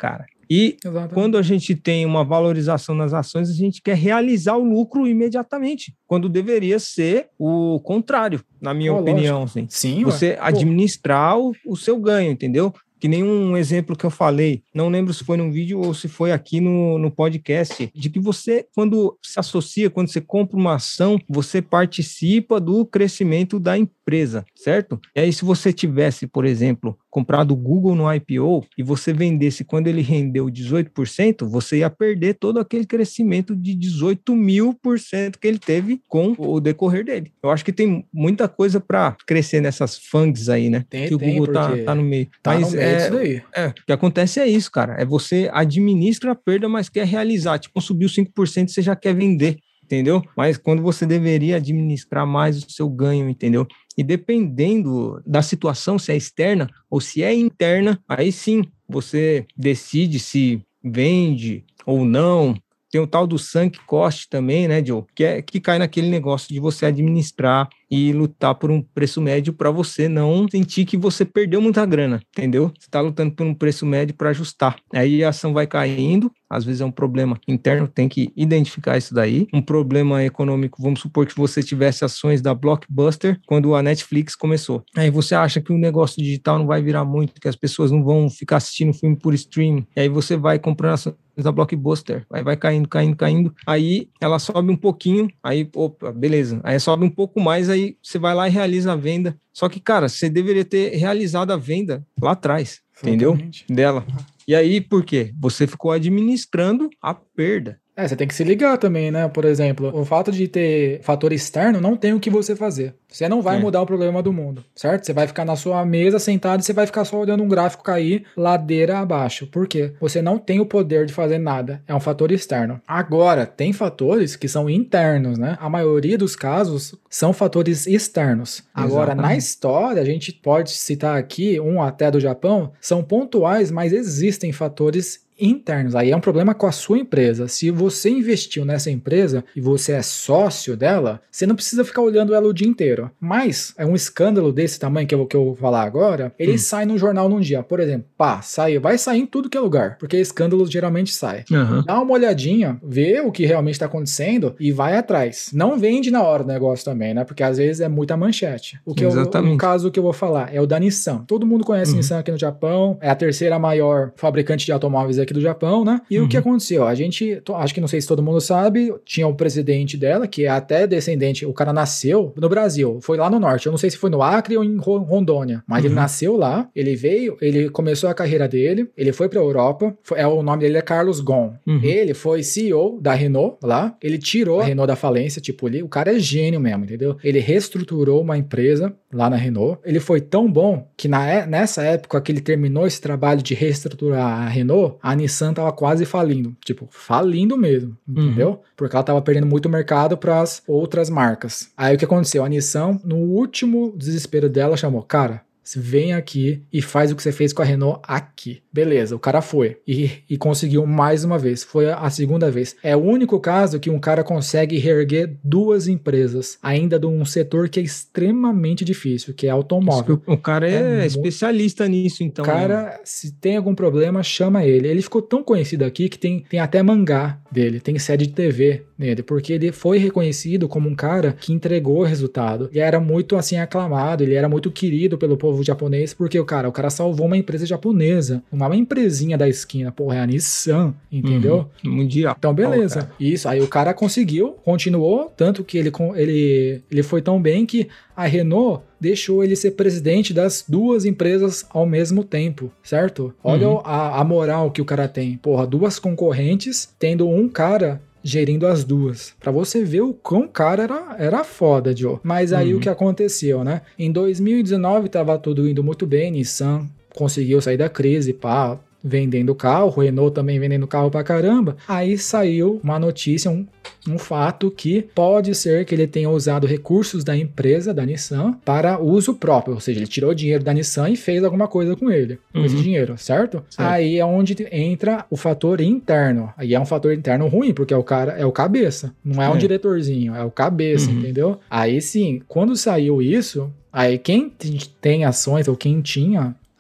E Exatamente. Quando a gente tem uma valorização nas ações, a gente quer realizar o lucro imediatamente, quando deveria ser o contrário, na minha oh, opinião. Assim. Sim, você ué. administrar o, o seu ganho, entendeu? Que nem um exemplo que eu falei, não lembro se foi num vídeo ou se foi aqui no, no podcast, de que você, quando se associa, quando você compra uma ação, você participa do crescimento da empresa, certo? E aí, se você tivesse, por exemplo, comprado o Google no I P O e você vendesse quando ele rendeu dezoito por cento, você ia perder todo aquele crescimento de dezoito mil por cento que ele teve com o decorrer dele. Eu acho que tem muita coisa para crescer nessas FANGs aí, né? Tem, que o tem, Google tá, tá no meio. Tá Mas no meio é, disso daí. É, o que acontece é isso, cara. É você administra a perda, mas quer realizar. Tipo, subiu cinco por cento, você já quer vender, entendeu? Mas quando você deveria administrar mais o seu ganho, entendeu? E dependendo da situação, se é externa ou se é interna, aí sim você decide se vende ou não. Tem o tal do sunk cost também, né, Joe? Que, é, que cai naquele negócio de você administrar e lutar por um preço médio para você não sentir que você perdeu muita grana, entendeu? Você está lutando por um preço médio para ajustar. Aí a ação vai caindo, às vezes é um problema interno, tem que identificar isso daí. Um problema econômico, vamos supor que você tivesse ações da Blockbuster quando a Netflix começou. Aí você acha que o negócio digital não vai virar muito, que as pessoas não vão ficar assistindo filme por streaming. E aí você vai comprando ações da Blockbuster, aí vai caindo, caindo, caindo. Aí ela sobe um pouquinho, aí, opa, beleza. Aí sobe um pouco mais, aí você vai lá e realiza a venda. Só que, cara, você deveria ter realizado a venda lá atrás, Exatamente. entendeu? Dela. E aí, por quê? Você ficou administrando a perda. É, você tem que se ligar também, né? Por exemplo, o fato de ter fator externo não tem o que você fazer. Você não vai é. mudar o problema do mundo, certo? Você vai ficar na sua mesa sentado e você vai ficar só olhando um gráfico cair ladeira abaixo. Por quê? Você não tem o poder de fazer nada. É um fator externo. Agora, tem fatores que são internos, né? A maioria dos casos são fatores externos. Agora, Exatamente. Na história, a gente pode citar aqui, um até do Japão, são pontuais, mas existem fatores internos. Aí é um problema com a sua empresa. Se você investiu nessa empresa e você é sócio dela, você não precisa ficar olhando ela o dia inteiro. Mas é um escândalo desse tamanho que eu, que eu vou falar agora, ele hum. sai no jornal num dia. Por exemplo, pá, sai, vai sair em tudo que é lugar, porque escândalos geralmente saem. Uhum. Dá uma olhadinha, vê o que realmente está acontecendo e vai atrás. Não vende na hora o negócio também, né? Porque às vezes é muita manchete. O que Exatamente. Eu, o caso que eu vou falar é o da Nissan. Todo mundo conhece uhum. Nissan aqui no Japão, é a terceira maior fabricante de automóveis aqui do Japão, né? E uhum. o que aconteceu? A gente, acho que não sei se todo mundo sabe, tinha o presidente dela, que é até descendente, o cara nasceu no Brasil, foi lá no norte, eu não sei se foi no Acre ou em Rondônia, mas uhum. ele nasceu lá, ele veio, ele começou a carreira dele, ele foi pra Europa, foi, é, o nome dele é Carlos Ghosn. Uhum. Ele foi C E O da Renault lá, ele tirou a Renault da falência, tipo, ele, o cara é gênio mesmo, entendeu? Ele reestruturou uma empresa lá na Renault, ele foi tão bom que na, nessa época que ele terminou esse trabalho de reestruturar a Renault, a Nissan tava quase falindo, tipo, falindo mesmo, entendeu? Uhum. Porque ela tava perdendo muito mercado para as outras marcas. Aí o que aconteceu? A Nissan, no último desespero dela, chamou, cara, vem aqui e faz o que você fez com a Renault aqui. Beleza, o cara foi e, e conseguiu mais uma vez. Foi a segunda vez. É o único caso que um cara consegue reerguer duas empresas, ainda de um setor que é extremamente difícil, que é automóvel. O cara é, é especialista muito... nisso, então. O cara, né? Se tem algum problema, chama ele. Ele ficou tão conhecido aqui que tem, tem até mangá dele, tem série de T V nele, porque ele foi reconhecido como um cara que entregou o resultado. E era muito, assim, aclamado, ele era muito querido pelo povo japonês, porque o cara, o cara salvou uma empresa japonesa, uma empresinha da esquina, porra, é a Nissan, entendeu? Uhum. Mundial. Então, beleza. Oh, isso, aí o cara conseguiu, continuou, tanto que ele, ele, ele foi tão bem que a Renault deixou ele ser presidente das duas empresas ao mesmo tempo, certo? Olha uhum. a, a moral que o cara tem. Porra, duas concorrentes, tendo um cara gerindo as duas. Pra você ver o quão cara era, era foda, Joe. Mas aí uhum. o que aconteceu, né? Em dois mil e dezenove tava tudo indo muito bem, Nissan conseguiu sair da crise, pá, vendendo carro, Renault também vendendo carro pra caramba. Aí saiu uma notícia, um, um fato que pode ser que ele tenha usado recursos da empresa, da Nissan, para uso próprio, ou seja, ele tirou o dinheiro da Nissan e fez alguma coisa com ele, com uhum. esse dinheiro, certo? certo? Aí é onde entra o fator interno. Aí é um fator interno ruim, porque é o cara, é o cabeça, não é, é. um diretorzinho, é o cabeça, uhum. entendeu? Aí sim, quando saiu isso, aí quem tem ações ou quem tinha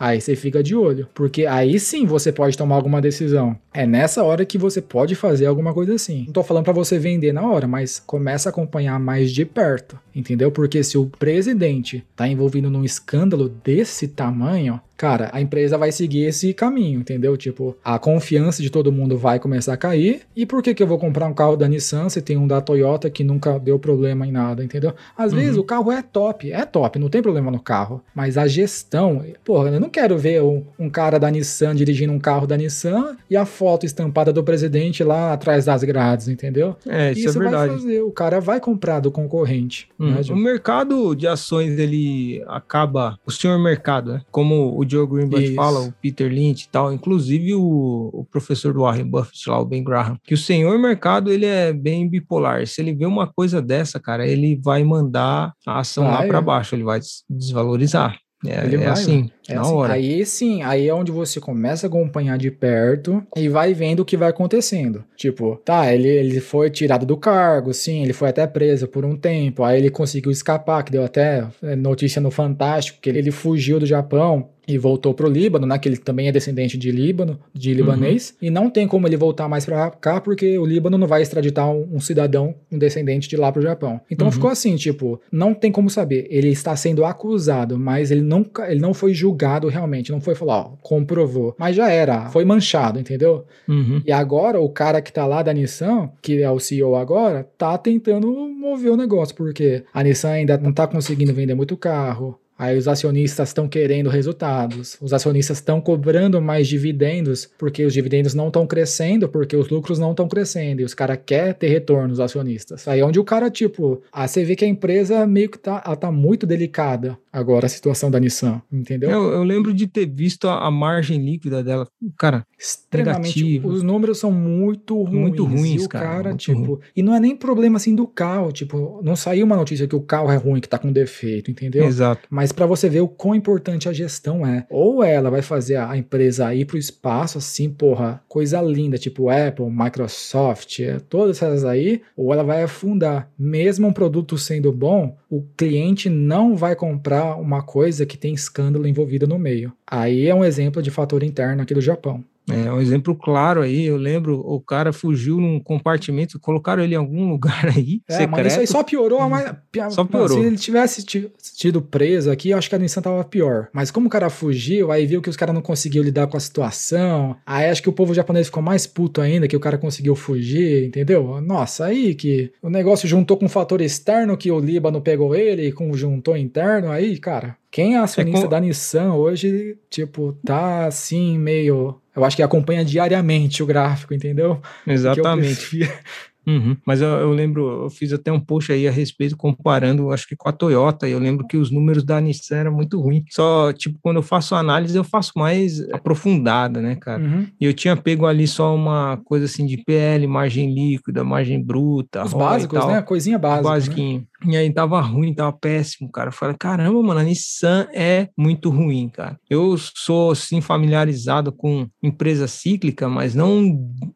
Aí você fica de olho, porque aí sim você pode tomar alguma decisão. É nessa hora que você pode fazer alguma coisa assim. Não tô falando pra você vender na hora, mas começa a acompanhar mais de perto, entendeu? Porque se o presidente tá envolvido num escândalo desse tamanho, cara, a empresa vai seguir esse caminho, entendeu? Tipo, a confiança de todo mundo vai começar a cair. E por que que eu vou comprar um carro da Nissan se tem um da Toyota que nunca deu problema em nada, entendeu? Às uhum. vezes o carro é top, é top, não tem problema no carro. Mas a gestão, porra, eu não quero ver um, um cara da Nissan dirigindo um carro da Nissan e a foto estampada do presidente lá atrás das grades, entendeu? É, isso, isso é verdade. Vai fazer, o cara vai comprar do concorrente. Hum, né, o mercado de ações, ele acaba, o senhor mercado, né? Como o Joe Greenblatt Isso. fala, o Peter Lynch e tal, inclusive o, o professor do Warren Buffett lá, o Ben Graham, que o senhor mercado, ele é bem bipolar. Se ele vê uma coisa dessa, cara, ele vai mandar a ação vai, lá para baixo, ele vai desvalorizar. É, ele é vai, assim, é na assim. hora. Aí sim, aí é onde você começa a acompanhar de perto e vai vendo o que vai acontecendo. Tipo, tá, ele, ele foi tirado do cargo, sim, ele foi até preso por um tempo, aí ele conseguiu escapar, que deu até notícia no Fantástico, que ele, ele fugiu do Japão e voltou pro Líbano, né, que ele também é descendente de Líbano, de libanês, uhum. e não tem como ele voltar mais pra cá, porque o Líbano não vai extraditar um, um cidadão, um descendente de lá pro Japão. Então uhum. ficou assim, tipo, não tem como saber, ele está sendo acusado, mas ele não, ele não foi julgado realmente, não foi falar, ó, comprovou, mas já era, foi manchado, entendeu? Uhum. E agora o cara que tá lá da Nissan, que é o C E O agora, tá tentando mover o negócio, porque a Nissan ainda não tá conseguindo vender muito carro. Aí os acionistas estão querendo resultados, os acionistas estão cobrando mais dividendos, porque os dividendos não estão crescendo, porque os lucros não estão crescendo, e os caras querem ter retorno, os acionistas. Aí onde o cara, tipo, ah, você vê que a empresa meio que tá, ela tá muito delicada agora, a situação da Nissan, entendeu? Eu, eu lembro de ter visto a, a margem líquida dela, cara, extremamente, negativo. Os números são muito ruins. Muito ruins, e o cara, cara tipo, ruim. E não é nem problema, assim, do carro, tipo, não saiu uma notícia que o carro é ruim, que tá com defeito, entendeu? Exato. Mas para você ver o quão importante a gestão é. Ou ela vai fazer a empresa ir pro espaço, assim, porra, coisa linda, tipo Apple, Microsoft, todas essas aí, ou ela vai afundar. Mesmo um produto sendo bom, o cliente não vai comprar uma coisa que tem escândalo envolvido no meio. Aí é um exemplo de fator interno aqui do Japão. É um exemplo claro aí, eu lembro, o cara fugiu num compartimento, colocaram ele em algum lugar aí, é, secreto. Mano, isso aí só piorou, mas, só piorou. Mano, se ele tivesse tido preso aqui, eu acho que a Nissan tava pior. Mas como o cara fugiu, aí viu que os caras não conseguiam lidar com a situação, aí acho que o povo japonês ficou mais puto ainda, que o cara conseguiu fugir, entendeu? Nossa, aí que o negócio juntou com um fator externo, que o Líbano pegou ele, e com juntou interno, aí, cara... Quem é acionista é com... da Nissan hoje, tipo, tá assim, meio... Eu acho que acompanha diariamente o gráfico, entendeu? Exatamente. Uhum. Mas eu, eu lembro, eu fiz até um post aí a respeito, comparando, acho que com a Toyota, e eu lembro que os números da Nissan eram muito ruins. Só, tipo, quando eu faço análise, eu faço mais aprofundada, né, cara? Uhum. E eu tinha pego ali só uma coisa assim de P L, margem líquida, margem bruta, os básicos, e tal, né? Coisinha básica, basiquinho. Né? E aí tava ruim, tava péssimo, cara. Eu falei, caramba, mano, a Nissan é muito ruim, cara. Eu sou, sim, familiarizado com empresa cíclica, mas não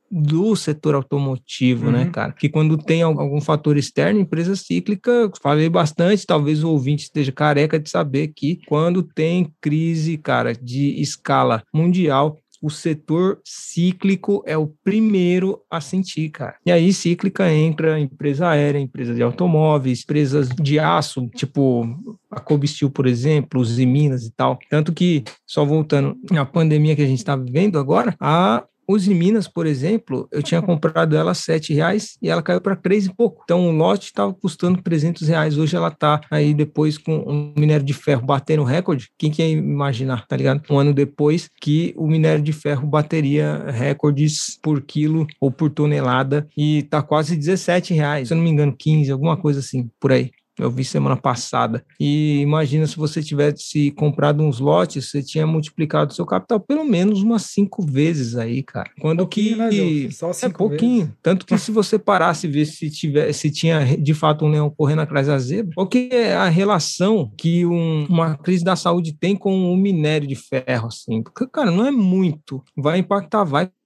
do setor automotivo, uhum. né, cara? Que quando tem algum fator externo, empresa cíclica, falei bastante, talvez o ouvinte esteja careca de saber que quando tem crise, cara, de escala mundial, o setor cíclico é o primeiro a sentir, cara. E aí, cíclica entra empresa aérea, empresa de automóveis, empresas de aço, tipo a Kobe Steel, por exemplo, os Minas e tal. Tanto que, só voltando à pandemia que a gente está vivendo agora, a Uzi Minas, por exemplo, eu tinha comprado ela a sete reais e ela caiu para três e pouco. Então, o lote estava custando trezentos reais. Hoje ela está aí depois com um minério de ferro batendo recorde. Quem que ia imaginar, tá ligado? Um ano depois que o minério de ferro bateria recordes por quilo ou por tonelada e tá quase dezessete reais. Se eu não me engano, quinze, alguma coisa assim, por aí. Eu vi semana passada. E imagina se você tivesse comprado uns lotes, você tinha multiplicado o seu capital pelo menos umas cinco vezes aí, cara. Quando pouquinho, que... Né, Só cinco é pouquinho. Vezes. Tanto que se você parasse e ver se, tiver, se tinha de fato um leão correndo atrás da zebra, qual que é a relação que um, uma crise da saúde tem com o minério de ferro, assim? Porque, cara, não é muito. Vai impactar, vai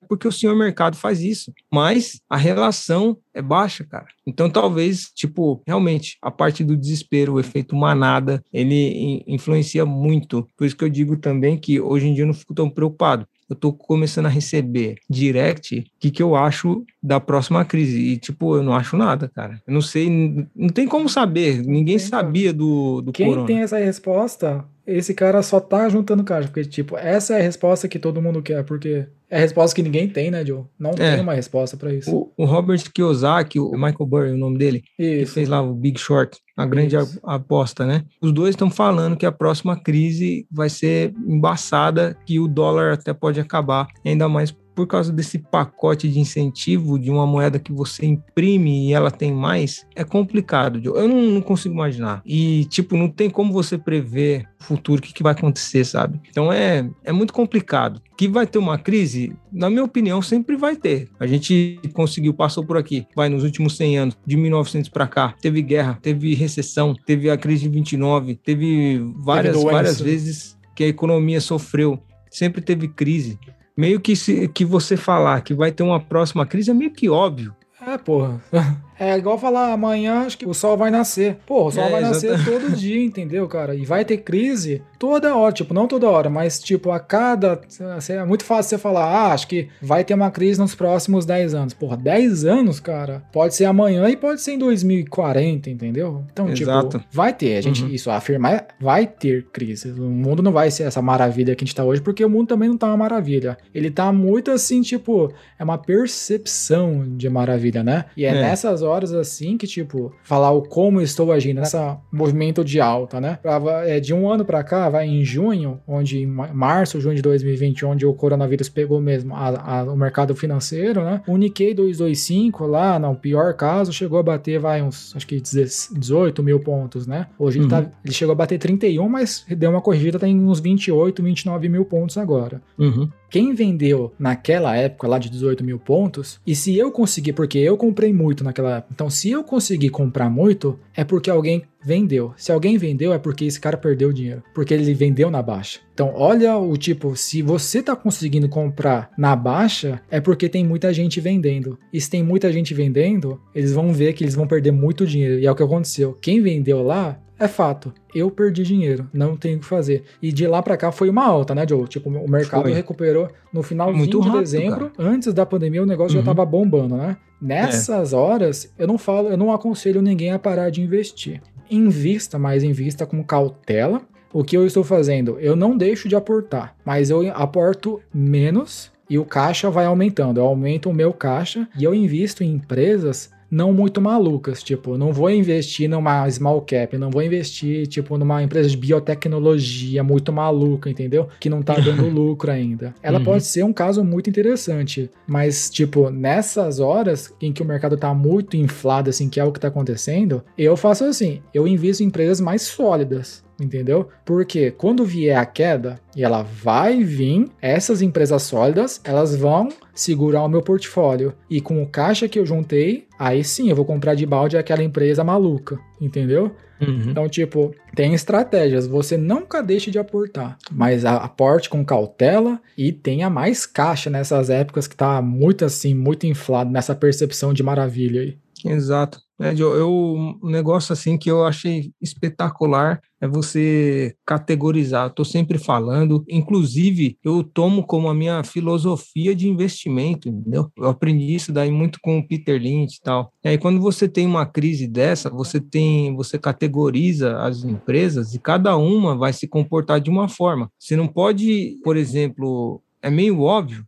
porque o senhor mercado faz isso, mas a relação é baixa, cara. Então, talvez, tipo, realmente, a parte do desespero, o efeito manada, ele influencia muito. Por isso que eu digo também que hoje em dia eu não fico tão preocupado. Eu tô começando a receber direct o que, que eu acho da próxima crise. E, tipo, eu não acho nada, cara. Eu não sei, não tem como saber. Ninguém tem, sabia do, do Quem corona. tem essa resposta, esse cara só tá juntando caixa. Porque, tipo, essa é a resposta que todo mundo quer. Porque é a resposta que ninguém tem, né, Joe? Não É. tem uma resposta pra isso. O, o Robert Kiyosaki, o Michael Burry, o nome dele, Isso. que fez lá o Big Short, a grande a, aposta, né? Os dois estão falando que a próxima crise vai ser embaçada, que o dólar até pode acabar, ainda mais por causa desse pacote de incentivo de uma moeda que você imprime e ela tem mais, é complicado. Eu não, não consigo imaginar. E, tipo, não tem como você prever o futuro, o que, que vai acontecer, sabe? Então, é, é muito complicado. Que vai ter uma crise, na minha opinião, sempre vai ter. A gente conseguiu, passou por aqui, vai, nos últimos cem anos, de mil e novecentos para cá, teve guerra, teve recessão, teve a crise de vinte e nove, teve várias, teve várias vezes que a economia sofreu, sempre teve crise. Meio que, se, que você falar que vai ter uma próxima crise é meio que óbvio. É, porra. É igual falar, amanhã acho que o sol vai nascer. Pô, o sol é, vai nascer exatamente. Todo dia, entendeu, cara? E vai ter crise toda hora, tipo, não toda hora, mas tipo, a cada... É muito fácil você falar, ah, acho que vai ter uma crise nos próximos dez anos. Porra, dez anos, cara, pode ser amanhã e pode ser em dois mil e quarenta, entendeu? Então, Exato. tipo, vai ter, a gente, uhum. Isso, afirmar, vai ter crise. O mundo não vai ser essa maravilha que a gente tá hoje, porque o mundo também não tá uma maravilha. Ele tá muito assim, tipo, é uma percepção de maravilha, né? E é, é. nessas horas assim que, tipo, falar o como estou agindo nessa movimento de alta, né? Pra, é, de um ano pra cá, vai em junho, onde em março, junho de dois mil e vinte, onde o coronavírus pegou mesmo a, a, o mercado financeiro, né? O Nikkei duzentos e vinte e cinco lá, no pior caso, chegou a bater, vai, uns, acho que dezoito mil pontos, né? Hoje uhum. ele, tá, ele chegou a bater trinta e um, mas deu uma corrigida, tá em uns vinte e oito, vinte e nove mil pontos agora. Uhum. Quem vendeu naquela época lá de dezoito mil pontos, e se eu conseguir, porque eu comprei muito naquela época, então se eu conseguir comprar muito, é porque alguém vendeu. Se alguém vendeu, é porque esse cara perdeu dinheiro, porque ele vendeu na baixa. Então olha o tipo, se você tá conseguindo comprar na baixa, é porque tem muita gente vendendo. E se tem muita gente vendendo, eles vão ver que eles vão perder muito dinheiro. E é o que aconteceu. Quem vendeu lá, é fato, eu perdi dinheiro, não tenho o que fazer. E de lá pra cá foi uma alta, né, Joe? Tipo, o mercado foi. recuperou no finalzinho Muito rápido, de dezembro, cara. Antes da pandemia o negócio uhum. já tava bombando, né? Nessas é. horas, eu não falo, eu não aconselho ninguém a parar de investir. Invista, mas invista com cautela. O que eu estou fazendo? Eu não deixo de aportar, mas eu aporto menos e o caixa vai aumentando. Eu aumento o meu caixa e eu invisto em empresas não muito malucas, tipo, não vou investir numa small cap, não vou investir, tipo, numa empresa de biotecnologia muito maluca, entendeu? Que não tá dando lucro ainda. Ela uhum. pode ser um caso muito interessante, mas, tipo, nessas horas em que o mercado tá muito inflado, assim, que é o que tá acontecendo, eu faço assim, eu invisto em empresas mais sólidas, entendeu? Porque quando vier a queda, e ela vai vir, essas empresas sólidas, elas vão segurar o meu portfólio. E com o caixa que eu juntei, aí sim, eu vou comprar de balde aquela empresa maluca, entendeu? Uhum. Então, tipo, tem estratégias. Você nunca deixe de aportar, mas aporte com cautela e tenha mais caixa nessas épocas que tá muito assim, muito inflado, nessa percepção de maravilha aí. Exato. É, eu, eu, um negócio assim que eu achei espetacular é você categorizar. Eu tô sempre falando, inclusive eu tomo como a minha filosofia de investimento, entendeu? Eu aprendi isso daí muito com o Peter Lynch e tal. E aí quando você tem uma crise dessa, você tem, você categoriza as empresas e cada uma vai se comportar de uma forma. Você não pode, por exemplo, é meio óbvio,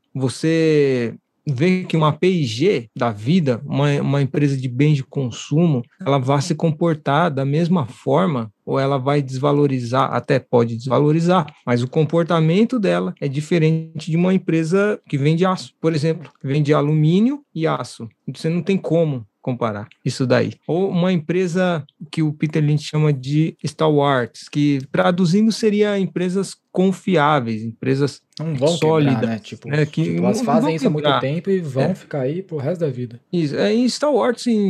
você vê que uma P e G da vida, uma, uma empresa de bens de consumo, ela vai se comportar da mesma forma ou ela vai desvalorizar, até pode desvalorizar, mas o comportamento dela é diferente de uma empresa que vende aço, por exemplo, vende alumínio e aço. Você não tem como comparar isso daí. Ou uma empresa que o Peter Lynch chama de stalwarts, que traduzindo seria empresas confiáveis, empresas não vão sólidas, quebrar, né? Tipo, né? Que tipo não, elas não fazem vão isso há muito quebrar. tempo e vão É. ficar aí pro resto da vida. Isso. É, em Star Wars, em,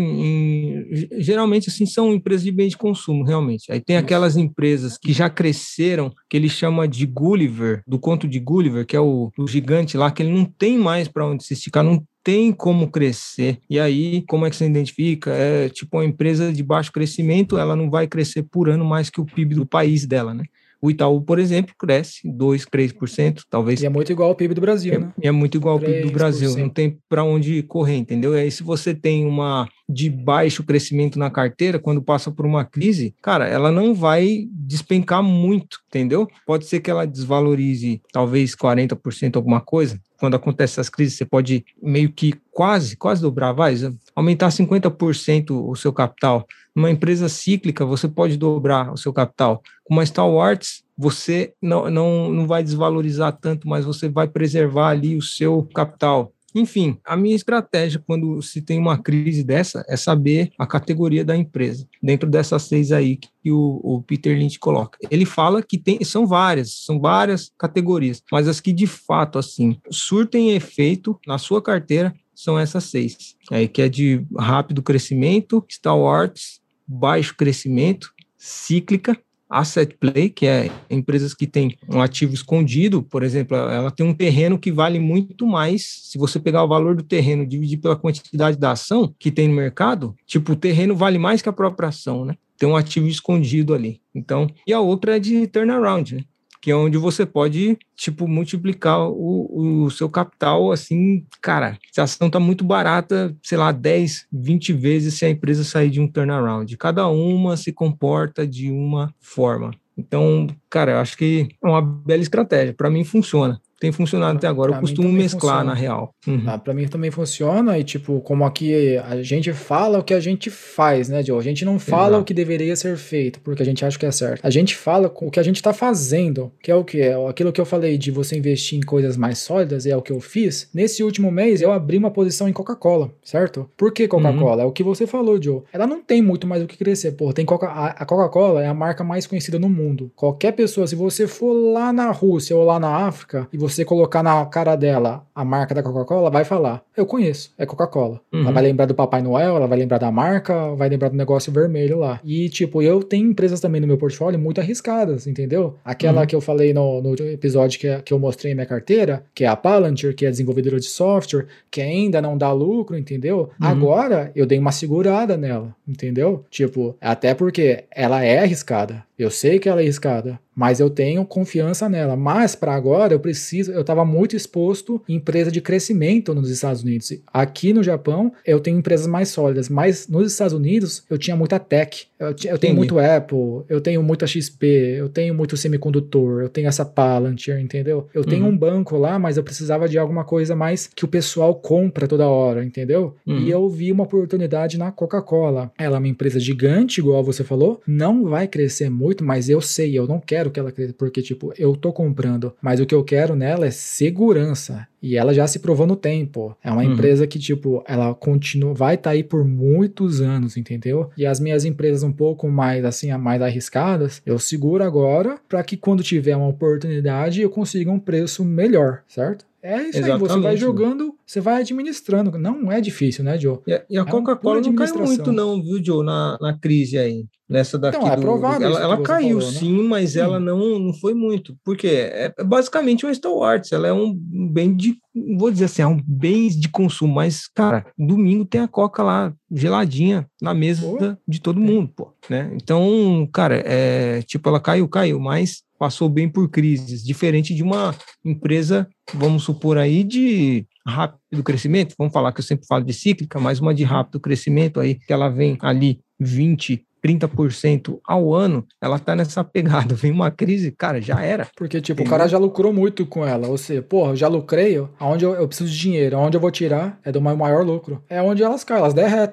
em- geralmente, assim, são empresas de bem de consumo, realmente. Aí tem Isso. aquelas empresas que já cresceram, que ele chama de Gulliver, do conto de Gulliver, que é o, o gigante lá, que ele não tem mais para onde se esticar, não tem como crescer. E aí, como é que você identifica? É tipo uma empresa de baixo crescimento, ela não vai crescer por ano mais que o P I B do país dela, né? O Itaú, por exemplo, cresce dois, três por cento, talvez. E é muito igual ao P I B do Brasil, né? É, é muito igual ao P I B do três por Brasil, não cento. tem para onde correr, entendeu? E aí, se você tem uma de baixo crescimento na carteira, quando passa por uma crise, cara, ela não vai despencar muito, entendeu? Pode ser que ela desvalorize talvez quarenta por cento alguma coisa. Quando acontece essas crises, você pode meio que quase, quase dobrar, vai, aumentar cinquenta por cento o seu capital. Numa empresa cíclica, você pode dobrar o seu capital. Com uma Star Wars, você não, não, não vai desvalorizar tanto, mas você vai preservar ali o seu capital. Enfim, a minha estratégia quando se tem uma crise dessa é saber a categoria da empresa, dentro dessas seis aí que o, o Peter Lynch coloca. Ele fala que tem, são várias, são várias categorias, mas as que de fato, assim, surtem efeito na sua carteira são essas seis, aí que é de rápido crescimento, stalwarts, baixo crescimento, cíclica, asset play, que é empresas que têm um ativo escondido, por exemplo, ela tem um terreno que vale muito mais, se você pegar o valor do terreno e dividir pela quantidade da ação que tem no mercado, tipo, o terreno vale mais que a própria ação, né? Tem um ativo escondido ali. Então, e a outra é de turnaround, né? Que é onde você pode, tipo, multiplicar o, o seu capital, assim, cara, se a ação tá muito barata, sei lá, dez, vinte vezes se a empresa sair de um turnaround. Cada uma se comporta de uma forma. Então, cara, eu acho que é uma bela estratégia. Para mim, funciona. Tem funcionado até agora. Eu costumo mesclar, na real. Uhum. Ah, pra mim também funciona. E, tipo, como aqui a gente fala o que a gente faz, né, Joe? A gente não fala Exato. O que deveria ser feito, porque a gente acha que é certo. A gente fala o que a gente tá fazendo, que é o que? É aquilo que eu falei de você investir em coisas mais sólidas, é o que eu fiz. Nesse último mês, eu abri uma posição em Coca-Cola, certo? Por que Coca-Cola? Uhum. É o que você falou, Joe. Ela não tem muito mais o que crescer. Pô, tem Coca... a Coca-Cola é a marca mais conhecida no mundo. Qualquer pessoa, se você for lá na Rússia ou lá na África e você colocar na cara dela a marca da Coca-Cola, vai falar, eu conheço, é Coca-Cola. Uhum. Ela vai lembrar do Papai Noel, ela vai lembrar da marca, vai lembrar do negócio vermelho lá. E, tipo, eu tenho empresas também no meu portfólio muito arriscadas, entendeu? Aquela uhum. que eu falei no, no episódio que, que eu mostrei minha carteira, que é a Palantir, que é desenvolvedora de software, que ainda não dá lucro, entendeu? Uhum. Agora, eu dei uma segurada nela, entendeu? Tipo, até porque ela é arriscada. Eu sei que ela é arriscada, mas eu tenho confiança nela. Mas para agora eu preciso, eu estava muito exposto em empresa de crescimento nos Estados Unidos. Aqui no Japão eu tenho empresas mais sólidas, mas nos Estados Unidos eu tinha muita tech. Eu, eu tenho muito Apple, eu tenho muita X P, eu tenho muito semicondutor, eu tenho essa Palantir, entendeu? Eu tenho uhum. um banco lá, mas eu precisava de alguma coisa mais que o pessoal compra toda hora, entendeu? Uhum. E eu vi uma oportunidade na Coca-Cola. Ela é uma empresa gigante, igual você falou, não vai crescer muito, mas eu sei, eu não quero que ela cresça, porque, tipo, eu tô comprando, mas o que eu quero nela é segurança. E ela já se provou no tempo. É uma uhum. empresa que, tipo, ela continua, vai estar tá aí por muitos anos, entendeu? E as minhas empresas um pouco mais, assim, mais arriscadas, eu seguro agora para que quando tiver uma oportunidade eu consiga um preço melhor, certo? É isso Exatamente. Aí, você vai jogando, você vai administrando. Não é difícil, né, Joe? E a, e a é Coca-Cola não caiu muito não, viu, Joe, na, na crise aí. Nessa daqui então, é do, provável do, ela, ela caiu falou, sim, né? mas sim. ela não, não foi muito, porque é, é basicamente um Star Wars, ela é um bem de, vou dizer assim, é um bem de consumo, mas, cara, domingo tem a Coca lá, geladinha, na mesa pô. De todo mundo, pô, né? Então, cara, é, tipo, ela caiu, caiu, mas passou bem por crises, diferente de uma empresa, vamos supor aí, de rápido crescimento, vamos falar que eu sempre falo de cíclica, mas uma de rápido crescimento aí, que ela vem ali vinte, trinta por cento ao ano, ela tá nessa pegada, vem uma crise, cara, já era. Porque, tipo, entendeu? O cara já lucrou muito com ela, ou seja, porra, eu já lucrei, aonde eu, eu preciso de dinheiro, aonde eu vou tirar é do meu maior lucro, é onde elas caem, elas derretem.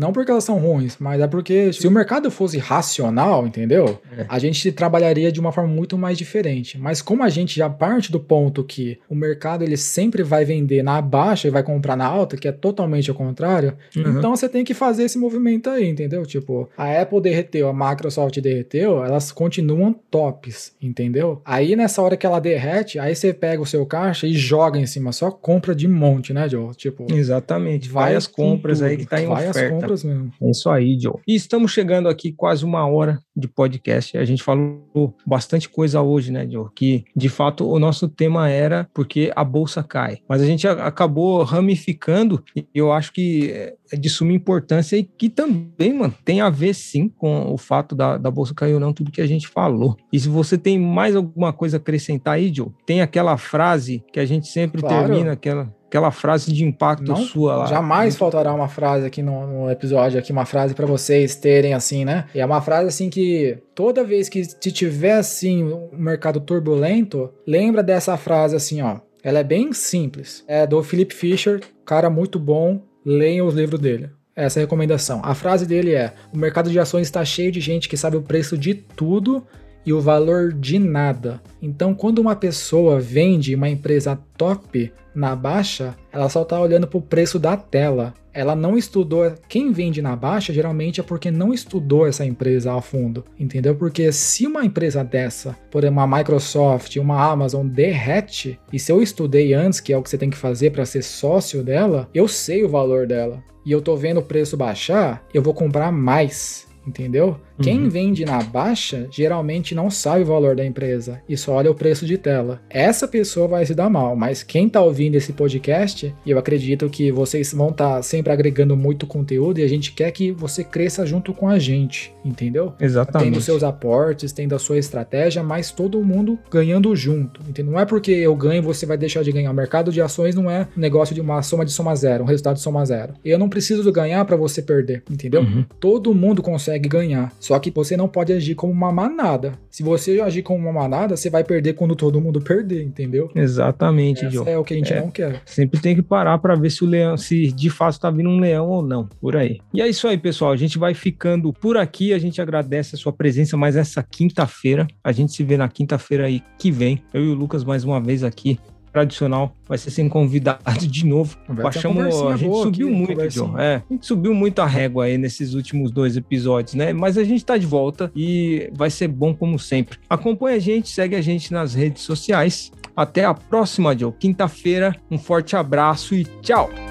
Não porque elas são ruins, mas é porque se o mercado fosse racional, entendeu? É. A gente trabalharia de uma forma muito mais diferente. Mas como a gente já parte do ponto que o mercado ele sempre vai vender na baixa e vai comprar na alta, que é totalmente ao contrário, uhum. Então você tem que fazer esse movimento aí, entendeu? Tipo, a Apple derreteu, a Microsoft derreteu, elas continuam tops, entendeu? Aí nessa hora que ela derrete, aí você pega o seu caixa e joga em cima, só compra de monte, né, Joe? Tipo, exatamente, várias compras aí que tá em várias oferta. Compras mesmo. É isso aí, Joe. E estamos chegando aqui quase uma hora de podcast. A gente falou bastante coisa hoje, né, Joe? Que de fato o nosso tema era porque a bolsa cai. Mas a gente acabou ramificando e eu acho que é de suma importância e que também, mano, tem a ver sim com o fato da, da bolsa cair ou não, tudo que a gente falou. E se você tem mais alguma coisa a acrescentar aí, Joe, tem aquela frase que a gente sempre claro. termina, aquela... Aquela frase de impacto não, sua lá. Jamais faltará uma frase aqui no, no episódio, aqui uma frase para vocês terem assim, né? E é uma frase assim que toda vez que se tiver assim um mercado turbulento, lembra dessa frase assim, ó. Ela é bem simples. É do Philip Fisher, cara muito bom, leiam os livros dele. Essa é a recomendação. A frase dele é: o mercado de ações está cheio de gente que sabe o preço de tudo e o valor de nada. Então, quando uma pessoa vende uma empresa top na baixa, ela só está olhando para o preço da tela. Ela não estudou. Quem vende na baixa, geralmente é porque não estudou essa empresa a fundo, entendeu? Porque se uma empresa dessa, por exemplo, uma Microsoft, uma Amazon, derrete, e se eu estudei antes, que é o que você tem que fazer para ser sócio dela, eu sei o valor dela. E eu tô vendo o preço baixar, eu vou comprar mais. Entendeu? Uhum. Quem vende na baixa geralmente não sabe o valor da empresa e só olha o preço de tela. Essa pessoa vai se dar mal, mas quem tá ouvindo esse podcast, e eu acredito que vocês vão estar tá sempre agregando muito conteúdo e a gente quer que você cresça junto com a gente, entendeu? Exatamente. Tendo seus aportes, tendo a sua estratégia, mas todo mundo ganhando junto, entendeu? Não é porque eu ganho e você vai deixar de ganhar. O mercado de ações não é um negócio de uma soma de soma zero, um resultado de soma zero. Eu não preciso ganhar para você perder, entendeu? Uhum. Todo mundo consegue ganhar, só que você não pode agir como uma manada. Se você agir como uma manada, você vai perder quando todo mundo perder, entendeu? Exatamente, Joe. É o que a gente é, não quer. Sempre tem que parar para ver se o leão, se de fato tá vindo um leão ou não, por aí. E é isso aí, pessoal, a gente vai ficando por aqui, a gente agradece a sua presença mais essa quinta-feira, a gente se vê na quinta-feira aí que vem, eu e o Lucas mais uma vez aqui, tradicional, vai ser sem convidado de novo. Baixamos, a gente subiu aqui, muito, John. É, a gente subiu muito a régua aí nesses últimos dois episódios, né? Mas a gente tá de volta e vai ser bom como sempre. Acompanha a gente, segue a gente nas redes sociais. Até a próxima, Joe. Quinta-feira, um forte abraço e tchau!